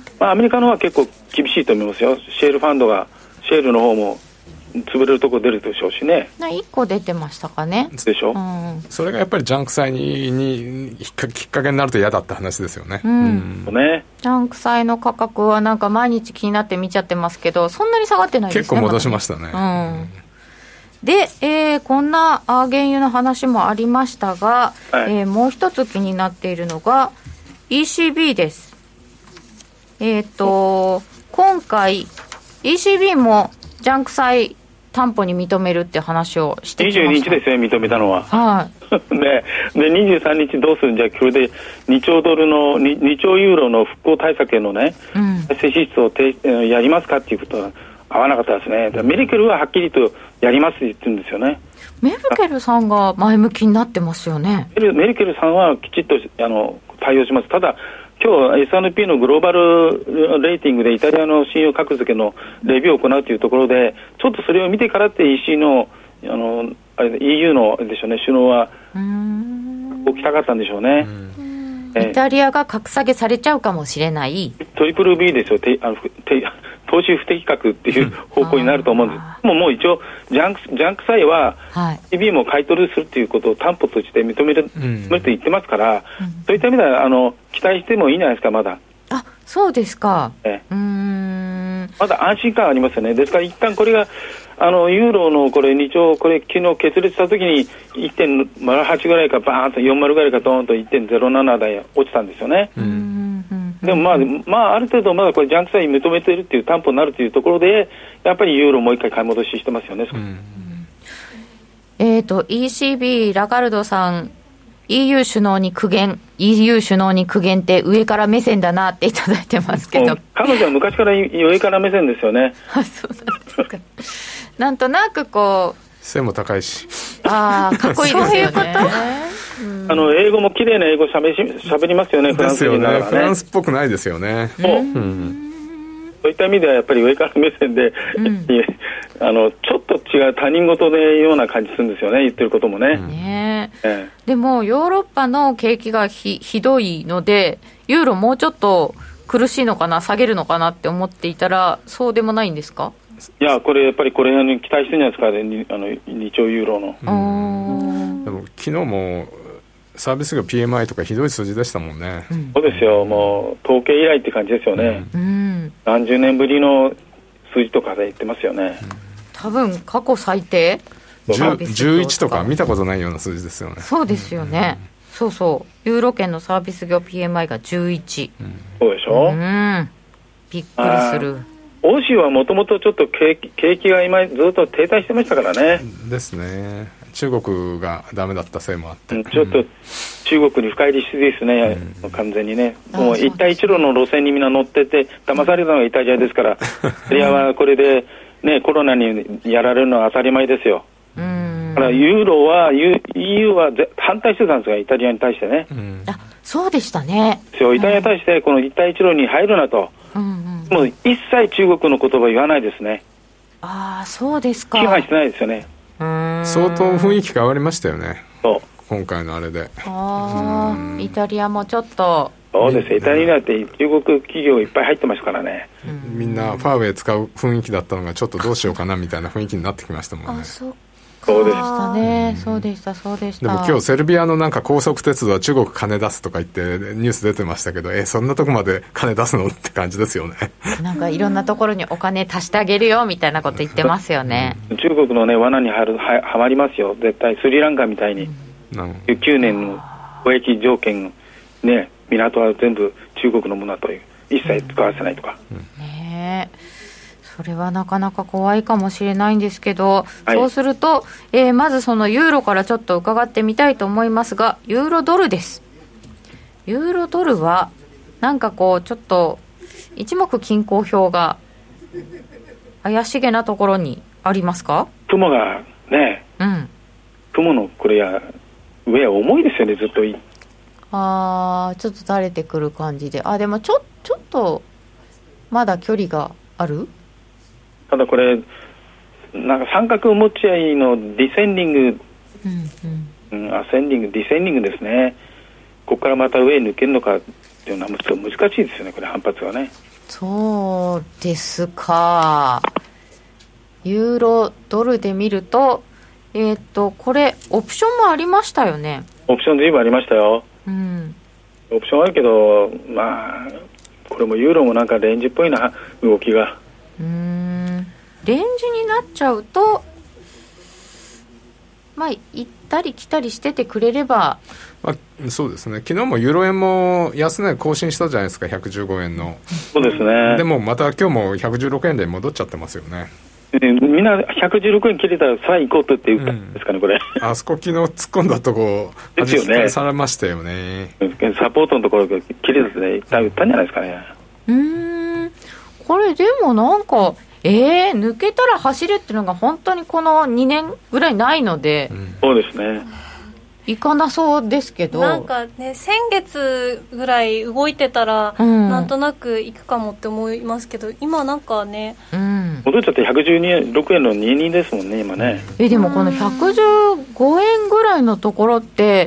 まあ、アメリカの方は結構厳しいと思いますよ。シェールファンドがシェールの方も潰れるとこ出るでしょうしね。 いっこ出てましたかね。 でしょ、 うん、 それがやっぱりジャンク債ににきっかけになると嫌だった話ですよね、 うんうん、ねジャンク債の価格はなんか毎日気になって見ちゃってますけどそんなに下がってないですね。 結構戻しましたね、 まうん、で、えー、こんな原油の話もありましたが、はいえー、もう一つ気になっているのが イーシービー です。えっ、ー、と今回 イーシービー もジャンク債担保に認めるって話をしてきました。 にじゅうににちですね認めたのは、 はいで, でにじゅうさんにちどうするんじゃこれでにちょうドルの 2, にちょうユーロの復興対策へのね財政支出をてやりますかっていうことは合わなかったですね。メルケルははっきりとやりますって言ってるんですよね。 メルケルさんが前向きになってますよね。 メ ル, メルケルさんはきちっとあの対応します。ただ今日 エスアンドピー のグローバルレーティングでイタリアの信用格付けのレビューを行うというところでちょっとそれを見てからって イーシー の, あのあれ イーユー のでしょうね首脳は起きたかったんでしょうね。 うイタリアが格下げされちゃうかもしれないトリプル B ですよ。てあのて投資不適格っていう方向になると思うんです。もうもう一応ジャンクジャンク債は イービー も買い取りするということを担保として認める、うん、認めると言ってますから、うん、そういった意味ではあの期待してもいいんじゃないですかまだ。 あ、そうですか。 えうーんまだ安心感ありますよね。ですから一旦これがあのユーロのこれにちょうこれ昨日決裂した時に いってんまるはち ぐらいかバーンとよんじゅうぐらいかドーンと いってんぜろなな 台落ちたんですよね。うんでもまあ、まあ、ある程度まだこれジャンク債認めているっていう担保になるというところでやっぱりユーロもう一回買い戻ししてますよね。うんえーと イーシービー ラガルドさん イーユー 首脳に苦言 イーユー 首脳に苦言って上から目線だなっていただいてますけど彼女は昔から上から目線ですよね。 あ、そうなんですかなんとなくこう背も高いしあかっこいいですよねあの英語も綺麗な英語しゃべりますよね。フランス人ながらね。 フランスっぽくないですよね。 そう、うん、 そういった意味ではやっぱり上から目線で、うん、あのちょっと違う他人事のような感じするんですよね、言ってることもね。うん、 ねえでもヨーロッパの景気が ひ, ひどいのでユーロもうちょっと苦しいのかな、下げるのかなって思っていたらそうでもないんですか？ いや、これやっぱりこれに期待してるんじゃないですかね、あのにちょうユーロの。 うんでも昨日もサービス業 ピーエムアイ とかひどい数字でしたもんね。 うん、そうですよ、もう統計以来って感じですよね。うん、何十年ぶりの数字とかで言ってますよね。うん、 多分過去最低じゅういちとか見たことないような数字ですよね。 そうですよね。うん、そうそうユーロ圏のサービス業 ピーエムアイ がじゅういち、 うん、そうでしょ、うん、 びっくりする。 欧州はもともとちょっと景気、景気が今ずっと停滞してましたからね。 ですね。中国がダメだったせいもあって、うん、 ちょっと中国に深入りしすぎですね、うん、完全にね。もう一帯一路の路線にみんな乗ってて騙されたのがイタリアですからイタリアはこれで、ね、コロナにやられるのは当たり前ですよ。うん、だからユーロは イーユー は反対してたんですが、イタリアに対してね。うん、 あ、そうでしたね。 そう、イタリアに対してこの一帯一路に入るなと、うんうん、もう一切中国の言葉言わないですね。 ああ、そうですか。 批判してないですよね。 相当雰囲気変わりましたよね。そう今回のあれで。 ああ、イタリアもちょっと。 そうです、イタリアだって中国企業いっぱい入ってますからね。 みんなファーウェイ使う雰囲気だったのがちょっとどうしようかなみたいな雰囲気になってきましたもんね。 あ、そうそうでしたね、うん、そうでしたそうでした。 でも今日セルビアのなんか高速鉄道は中国金出すとか言ってニュース出てましたけど、えそんなとこまで金出すのって感じですよね。 なんかいろんなところにお金足してあげるよみたいなこと言ってますよね。 中国のね罠にはる は, はまりますよ絶対。スリランカみたいにじゅうきゅうねんの貿易条件ね、港は全部中国のものだという、一切使わせないとか、うんうん、 ねえ、それはなかなか怖いかもしれないんですけど、はい、そうすると、えー、まずそのユーロからちょっと伺ってみたいと思いますが、ユーロドルです。ユーロドルはなんかこうちょっと一目均衡表が怪しげなところにありますか？ 雲がね、うん、雲のこれや上は重いですよね、ずっと。 あー、ちょっと垂れてくる感じで、あ、でもちょ、ちょっとまだ距離がある。 ただこれなんか三角持ち合いのディセンディング、うんうんうん、アセンディングディセンディングですね。ここからまた上に抜けるのかっていうのは難しいですよね、これ反発はね。 そうですか。ユーロドルで見ると、えー、っとこれオプションもありましたよね。 オプション随分ありましたよ、うん、オプションあるけど、まあこれもユーロもなんかレンジっぽいな動きが。 うーん、レンジになっちゃうとまあ行ったり来たりしててくれれば、 まあ、そうですね。昨日もユーロ円も安値更新したじゃないですか、ひゃくじゅうごえんの。 そうですね。 でもまた今日もひゃくじゅうろくえんで戻っちゃってますよね。 みんなひゃくじゅうろくえん切れたらさあ行こうとって言ったんですかね、うん、これ。 あそこ昨日突っ込んだとこですよね。 されましたよね。 サポートのところが切れて一旦売ったんじゃないですかね。 うーん、これでもなんかえー、抜けたら走るっていうのが本当にこのにねんぐらいないので、うん、 そうですね。 いかなそうですけど、 なんかね、先月ぐらい動いてたら、うん、なんとなくいくかもって思いますけど、今なんかね、うん、 戻っちゃってひゃくじゅうろくえんのにじゅうにですもんね今ね。 えでもこのひゃくじゅうごえんぐらいのところって、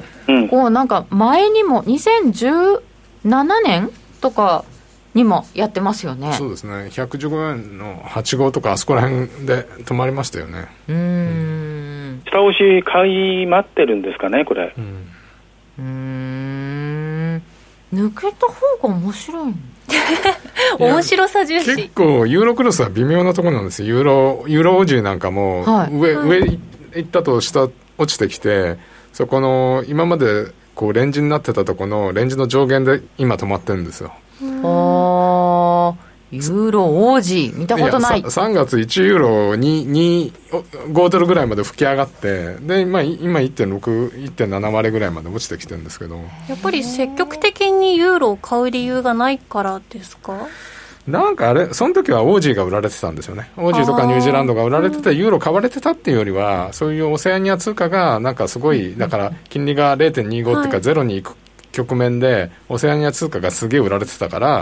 うん、こうなんか前にもにせんじゅうななねんとかにもやってますよね。 そうですね。ひゃくじゅうごえんのはち号とかあそこら辺で止まりましたよね。うーん、下押し買い待ってるんですかねこれ。うん、 うーん、抜けた方が面白い面白さ重視。 結構ユーロクロスは微妙なところなんですよ。ユーロユーロオージーなんかも、はい、上、はい、上行ったと下落ちてきて、そこの今までこうレンジになってたところのレンジの上限で今止まってるんですよ。 あ、ユーロオージー見たことない。 いさんがついちユーロににごドルぐらいまで吹き上がって、で、まあ、今 いってんろく、いってんなな 割ぐらいまで落ちてきてるんですけど、 やっぱり積極的にユーロを買う理由がないからですか？ なんかあれ、その時はオージーが売られてたんですよね。オージーとかニュージーランドが売られててユーロ買われてたっていうよりは、そういうオセアニア通貨がなんかすごい、だから金利が れいてんにご っていうかゼロに行く局面でオセアニア通貨がすげえ売られてたから、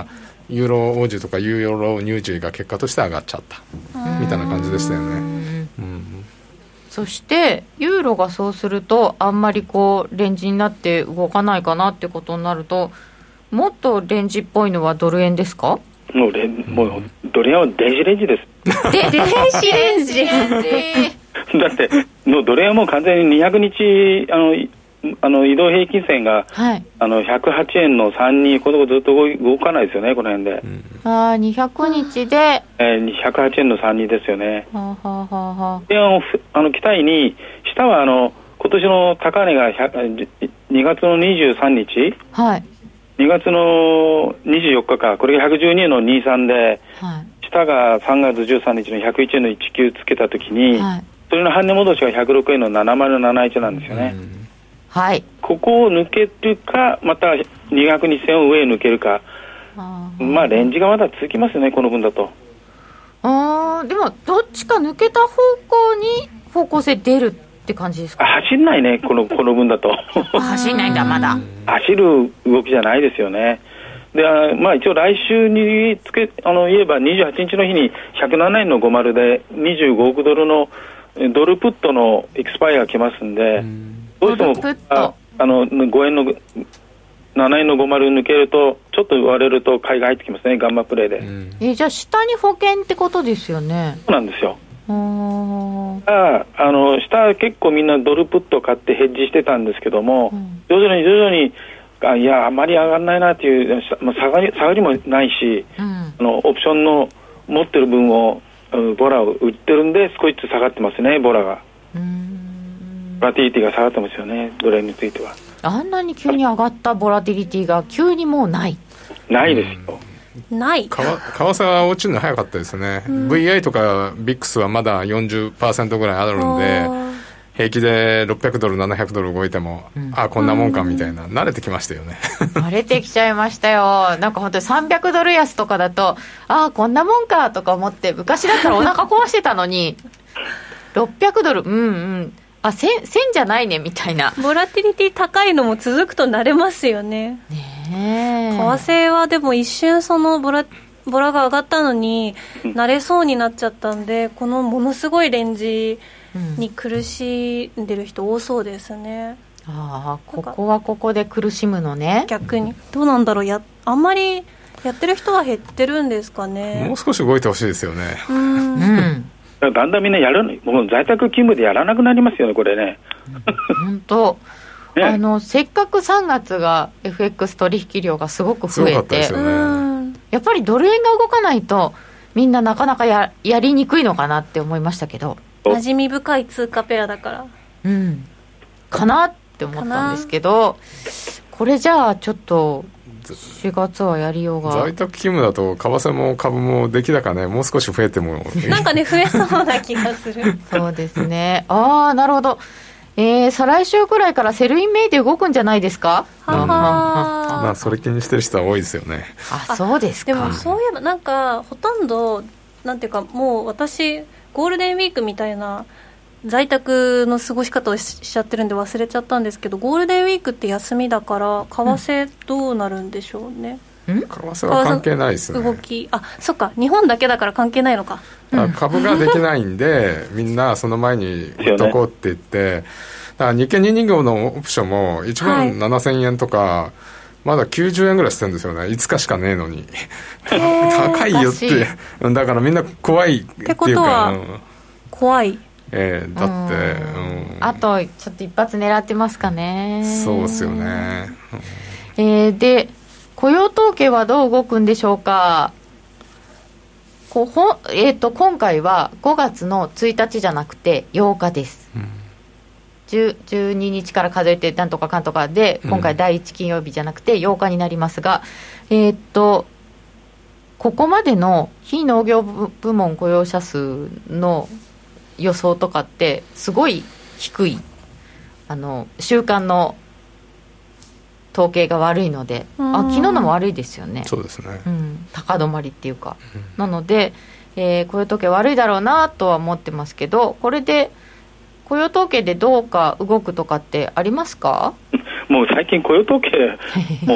ユーロ王子とかユーロニュージーが結果として上がっちゃったみたいな感じでしたよね。うん、 そしてユーロがそうするとあんまりこうレンジになって動かないかなってことになると、もっとレンジっぽいのはドル円ですか？ もうレンもうドル円は電子レンジです。 で電子レンジだってもうドル円はもう完全ににひゃくにちあのあの移動平均線が、はい、あのひゃくはちえんのさんにこのずっと動動かないですよね、この辺で、 うん、あにひゃくにちで、 えー、ひゃくはちえんのさんにですよね。 はあはあはあ、 であのあの期待に下はあの今年の高値がにがつのにじゅうさんにち、 はい、 にがつのにじゅうよっかか、これがひゃくじゅうにえんのにじゅうさんで、はい、下がさんがつじゅうさんにちのひゃくいちえんのじゅうきゅうつけたときに、はい、それの半値戻しがひゃくろくえんのななまるなないちなんですよね、うん、 はい、 ここを抜けるかまたにひゃくにち線を上へ抜けるか、あまあレンジがまだ続きますね、この分だと。 あでもどっちか抜けた方向に方向性出るって感じですか？ 走んないね、このこの分だと走んないんだ、まだ走る動きじゃないですよね。であまあ、一応来週につけあの言えばにじゅうはちにちの日にひゃくななえんのごじゅうでにじゅうごおくドルのドルプットのエクスパイアが来ますんで、んどうしてもああのごえんのななえんのごじゅう抜けるとちょっと割れると買いが入ってきますね、ガンマプレイで。 えじゃあ下に保険ってことですよね。 そうなんですよ。ああの下結構みんなドルプット買ってヘッジしてたんですけども、うん、徐々に徐々にあいやあまり上がらないなという、まあ、下がり下がりもないし、うん、あのオプションの持ってる分をボラを売ってるんで少しずつ下がってますね、ボラが。うーんボラティリティが下がってますよね、ドル円については。 あんなに急に上がったボラティリティが急にもうないないですよ。 ない為替は落ちるの早かったですね、うん、ブイアイ とか ビックス はまだ よんじゅっパーセント ぐらいあるんで平気でろっぴゃくドルななひゃくドル動いても、うん、あこんなもんかみたいな、慣れてきましたよね慣れてきちゃいましたよ。なんか本当にさんびゃくドル安とかだとあこんなもんかとか思って、昔だったらお腹壊してたのにろっぴゃくドルうんうんあせんじゃないねみたいな。 ボラティリティ高いのも続くと慣れますよね。 ねえ為替はでも一瞬そのボラボラが上がったのに慣れそうになっちゃったんで、このものすごいレンジに苦しんでる人多そうですね、 うん、ああここはここで苦しむのね。 逆にどうなんだろう、やあんまりやってる人は減ってるんですかね。 もう少し動いてほしいですよね。 うん、うんだんだんみんなやるもう在宅勤務でやらなくなりますよね、これね。 本当、ね、あのせっかくさんがつが エフエックス 取引量がすごく増えて、 すごかったですよね。 やっぱりドル円が動かないとみんななかなか や, やりにくいのかなって思いましたけど、 馴染み深い通貨ペアだからうんかなって思ったんですけど、これじゃあちょっとしがつはやりようが。 在宅勤務だと為替も株も出来高ねもう少し増えてもなんかね増えそうな気がするそうですね。ああなるほど、えー、再来週くらいからセルインメイで動くんじゃないですか。 ははまあそれ気にしてる人は多いですよね。 あそうですか。 でもそういえばなんかほとんどなんていうかもう私ゴールデンウィークみたいな在宅の過ごし方をしちゃってるんで忘れちゃったんですけど、ゴールデンウィークって休みだから為替どうなるんでしょうね。 為替は関係ないですね。 動きあそっか日本だけだから関係ないのか。 株ができないんでみんなその前に売っとこうって言ってだから日経にひゃくにじゅうごのオプションもいちまんななせんえんとか、はい、まだきゅうじゅうえんぐらいしてるんですよね。いつかしかねえのに高いよってだからみんな怖いっていうか。ってことは、うん、 怖いえー、だって、うん、 あとちょっと一発狙ってますかね。 そうですよね、 えー、で雇用統計はどう動くんでしょうか。こほ、えー、と今回はごがつのついたちじゃなくてようかです、うん、じゅうににちから数えてなんとかかんとかで今回だいいち金曜日じゃなくてようかになりますが、うん、えー、っとここまでの非農業部門雇用者数の予想とかってすごい低い、あの週間の統計が悪いので、あ昨日のも悪いですよね。 そうですね、 うん、高止まりっていうか、うん、なので、えー、雇用統計悪いだろうなとは思ってますけど、これで雇用統計でどうか動くとかってありますか。 もう最近雇用統計もう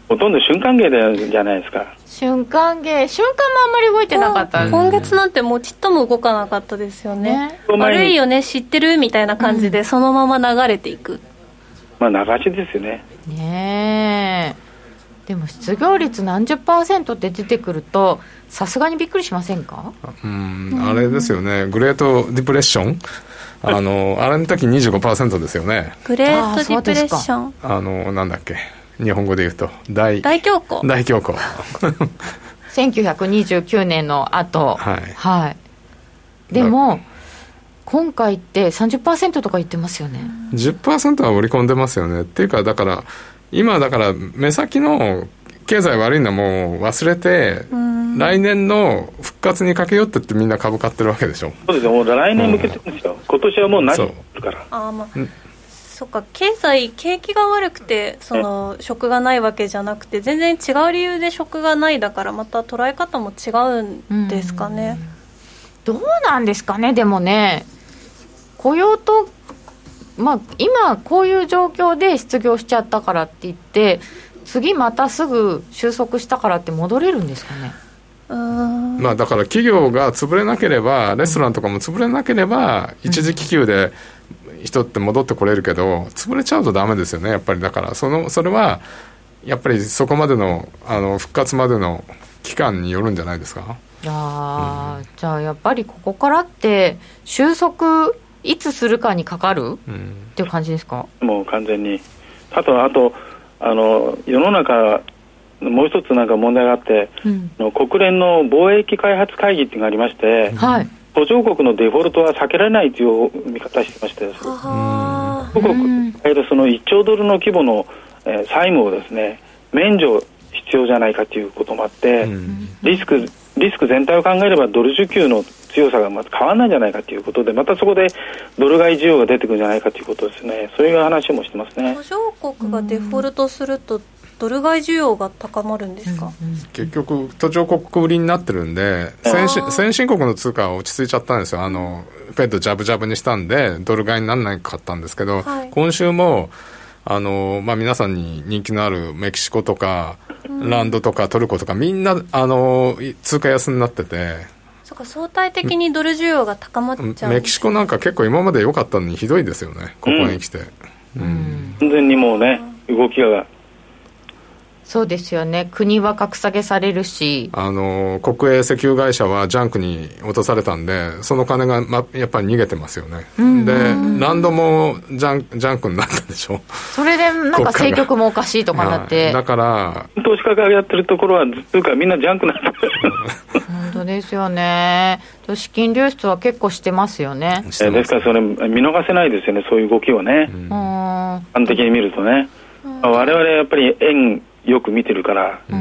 ほとんど瞬間芸じゃないですか。 瞬間芸、瞬間もあんまり動いてなかった。 今月なんてもうちっとも動かなかったですよね。悪いよね、知ってるみたいな感じでそのまま流れていく、うん、 まあ流しですよね。 ねえ、でも失業率何十パーセントって出てくるとさすがにびっくりしませんか？ うん、あれですよね、グレートディプレッションあのあれの時 にじゅうごパーセント ですよね。 グレートディプレッション、 あのなんだっけ、日本語で言うと大大恐慌大恐慌せんきゅうひゃくにじゅうきゅうねんの後、 はい、 はい、でも今回って さんじゅっパーセント とか言ってますよね。 じゅっパーセント は織り込んでますよね。っていうかだから今だから目先の経済悪いのはもう忘れて、来年の復活にかけようってってみんな株買ってるわけでしょ。 そうですよ、もう来年向けてるんですよ、うん、今年はもう何るから。 あ、まあ、そっか、経済景気が悪くてその食がないわけじゃなくて全然違う理由で食がないだからまた捉え方も違うんですかね。 どうなんですかね。でもね、雇用と、まあ、今こういう状況で失業しちゃったからって言って次またすぐ収束したからって戻れるんですかね。 うーん、 まあ、だから企業が潰れなければレストランとかも潰れなければ一時帰休で人って戻ってこれるけど、潰れちゃうとダメですよねやっぱり。だからそのそれはやっぱりそこまでの、あの復活までの期間によるんじゃないですか。 あ、うん、じゃあやっぱりここからって収束いつするかにかかる、うん、っていう感じですか。 もう完全に。あとあとあの世の中もう一つなんか問題があって、うん、の国連の貿易開発会議っていうのがありまして、 はい、 途上国のデフォルトは避けられないという見方してましてです、途国そのいっちょうドルの規模の、えー、債務をですね免除必要じゃないかということもあって、うん、リスクリスク全体を考えればドル需給の強さがまた変わらないんじゃないかということで、またそこでドル買い需要が出てくるんじゃないかということですね。そういう話もしてますね。 途上国がデフォルトするとドル買い需要が高まるんですか。 うんうん、結局途上国売りになってるんで、先進、先進国の通貨は落ち着いちゃったんですよ。あのフェッドジャブジャブにしたんでドル買いにならなかったんですけど、はい、今週もあの、まあ、皆さんに人気のあるメキシコとか、うん、ランドとかトルコとかみんなあの通貨安になってて、 そうか、相対的にドル需要が高まっちゃうんです、ね、 メキシコなんか結構今まで良かったのにひどいですよね、ここに来て、 うんうん、完全にもうね動きが。 そうですよね、国は格下げされるし、 あの国営石油会社はジャンクに落とされたんでその金が、ま、やっぱり逃げてますよね、うん、でランドもジャン、ジャンクになったでしょ。 それでなんか政局もおかしいとかなってだから投資家がやってるところはずっとみんなジャンクなんだ本当ですよね。資金流出は結構してますよね。 えですからそれ見逃せないですよね、そういう動きをね、うん、端的に見るとね、うん、我々やっぱり円よく見てるから、うん、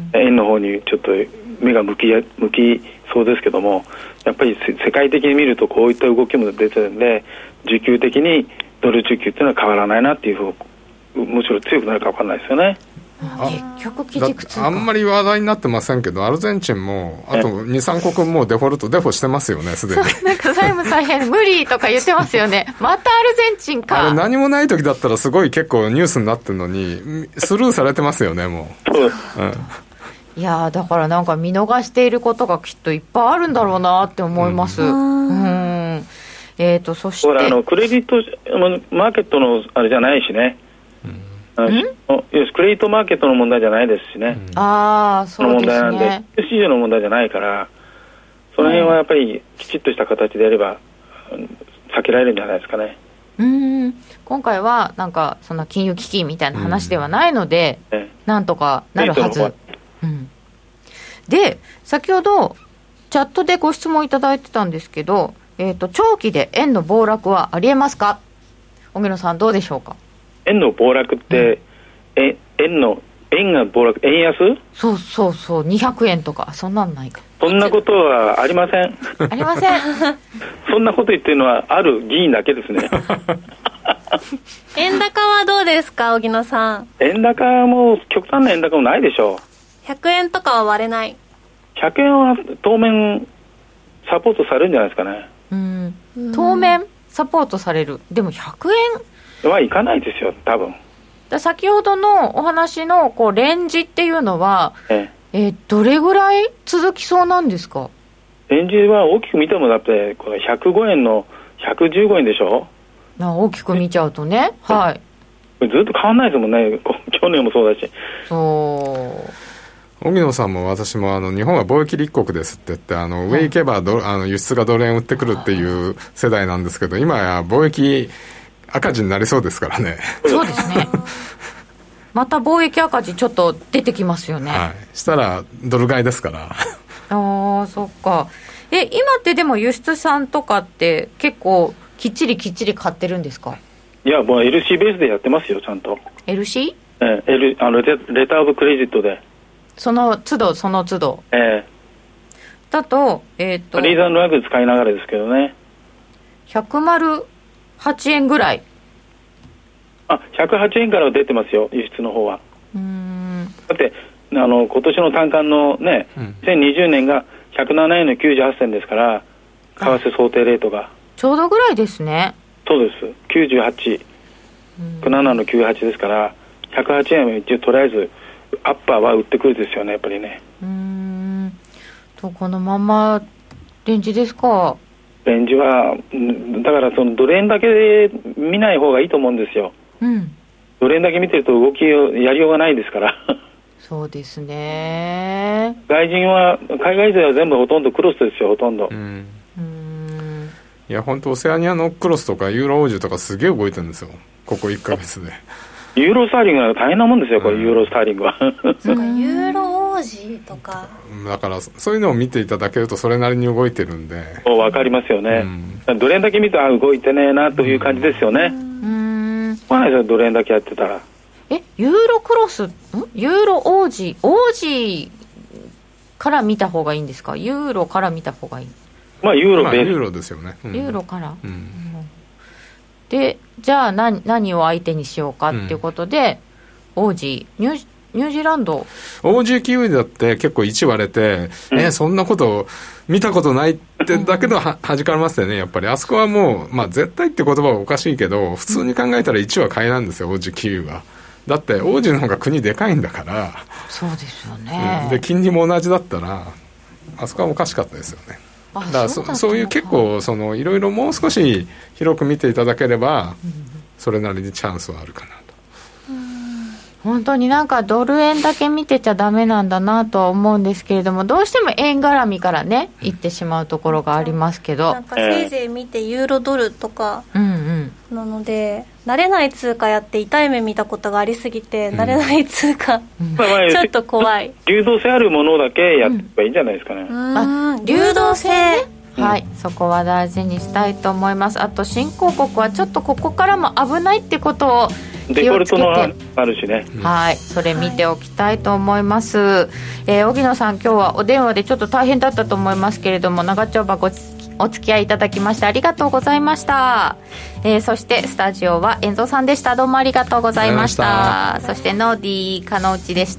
円の方にちょっと目が向き、向きそうですけども、やっぱり世界的に見るとこういった動きも出てるんで、需給的にドル需給っていうのは変わらないなっていうふう、むしろ強くなるか分からないですよね。 結局基軸通貨あんまり話題になってませんけど、アルゼンチンもあと に,さん 国もデフォルトデフォしてますよね、すでに。 なんか債務再編無理とか言ってますよね。またアルゼンチンか。 あれ何もない時だったらすごい結構ニュースになってるのにスルーされてますよね、もう、うん、 いやだからなんか見逃していることがきっといっぱいあるんだろうなって思います、うん、うんえーとそしてほらあのクレジットマーケットのあれじゃないしね、クレジットマーケットの問題じゃないですしね、 うん、ああそうですね、問題なんで市場の問題じゃないから、その辺はやっぱりきちっとした形でやれば避けられるんじゃないですかね。 うん今回はなんかそんな金融危機みたいな話ではないので、うんね、なんとかなるはず、うん、で先ほどチャットでご質問いただいてたんですけど、えーと、長期で円の暴落はありえますか。荻野さんどうでしょうか。 円の暴落って、うん、え円の円が暴落、円安？ そうそうそう、にひゃくえんとかそんなんないか。 そんなことはありませんありませんそんなこと言ってるのはある議員だけですね円高はどうですか、荻野さん。 円高も極端な円高もないでしょう。 ひゃくえんとかは割れない。 ひゃくえんは当面サポートされるんじゃないですかね。 うん当面サポートされる。でもひゃくえんはいかないですよ多分。 だ先ほどのお話のこうレンジっていうのは、 ええー、どれぐらい続きそうなんですか？ レンジは大きく見てもだってこのひゃくごえんのひゃくじゅうごえんでしょ。 あ、大きく見ちゃうとね、はい、 これずっと変わんないですもんね。去年もそうだし。 そう荻野さんも私もあの日本は貿易立国ですって言ってあの上行けばドあの輸出がドル円売ってくるっていう世代なんですけど、今や貿易赤字になりそうですからね。 そうですねまた貿易赤字ちょっと出てきますよね。 はい、したらドル買いですからああ、そっか。え、今ってでも輸出産とかって結構きっちりきっちり買ってるんですか？ いやもう エルシー ベースでやってますよちゃんと。 エルシー？ ええ、L、あのレレターオブクレジットでその都度その都度、 ええ、 だと、えー、とリーザンドラッグ使いながらですけどね。 ひゃくはちえんぐらい。 あ、ひゃくはちえんからは出てますよ輸出の方は。 うーん、 だってあの今年の単価のね、うん、にせんにじゅうねんがひゃくななえんのきゅうじゅうはちせんですから為替想定レートがちょうどぐらいですね。 そうです、きゅうじゅうはち、ひゃくななのきゅうじゅうはちですからひゃくはちえんは一応とりあえずアッパーは売ってくるですよねやっぱりね。 うーんとこのままレンジですか？ レンジはだからそのドル円だけで見ない方がいいと思うんですよ、うん、ドル円だけ見てると動きをやりようがないですからそうですね。 外人は海外勢は全部ほとんどクロスですよほとんど、うん、 うんいや本当オセアニアのクロスとかユーロオージュとかすげえ動いてるんですよここいっかげつでユーロスターリングは大変なもんですよこれ、うん、ユーロスターリングはそうかユーロ王子とかだからそういうのを見ていただけるとそれなりに動いてるんで分かりますよね、うん、ドル円だけ見てあ動いてねえなという感じですよね。うん、まあ、ドル円だけやってたらえユーロクロスんユーロ王子王子から見た方がいいんですか？ユーロから見た方がいい？ まあユーロベース、 まあ、ユーロですよね、 うん、ユーロから、うんうんでじゃあ 何, 何を相手にしようかっていうことで、うん、オージーニュー、ニュージーランドオージー キウイだって結構いち割れて、うん、えー、そんなこと見たことないってだけどは弾かれますよねやっぱり。あそこはもう、まあ、絶対って言葉はおかしいけど普通に考えたらいちは買いなんですよ オージー キウイは。だってオージーの方が国でかいんだから。 そうですよね、 うん、で金利も同じだったらあそこはおかしかったですよね。だから そ, そ, そういう結構そのいろいろもう少し広く見ていただければ、うん、それなりにチャンスはあるかなと。 本当になんかドル円だけ見てちゃダメなんだなとは思うんですけれどもどうしても円絡みからねいってしまうところがありますけどなんかせいぜい見てユーロドルとかなので、うんうん、慣れない通貨やって痛い目見たことがありすぎて、うん、慣れない通貨、うん、ちょっと怖い流動性あるものだけやっていけばいいんじゃないですかね、 うん、あ流動性ね、うん、はい、そこは大事にしたいと思います。あと新興国はちょっとここからも危ないってことをデフォルトのあるしね、 はい、それ見ておきたいと思います、はい、えー、荻野さん今日はお電話でちょっと大変だったと思いますけれども長丁場ごお付き合いいただきましてありがとうございました、えー、そしてスタジオは遠藤さんでした。どうもありがとうございました。そしてノーディー加納内でした、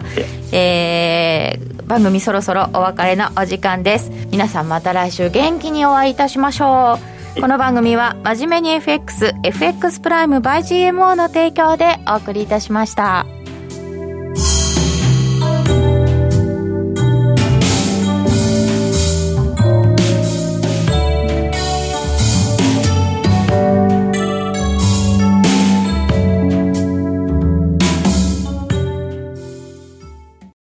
えー、番組そろそろお別れのお時間です。皆さんまた来週元気にお会いいたしましょう。この番組は真面目に エフエックス エフエックス プライム by ジーエムオー の提供でお送りいたしました。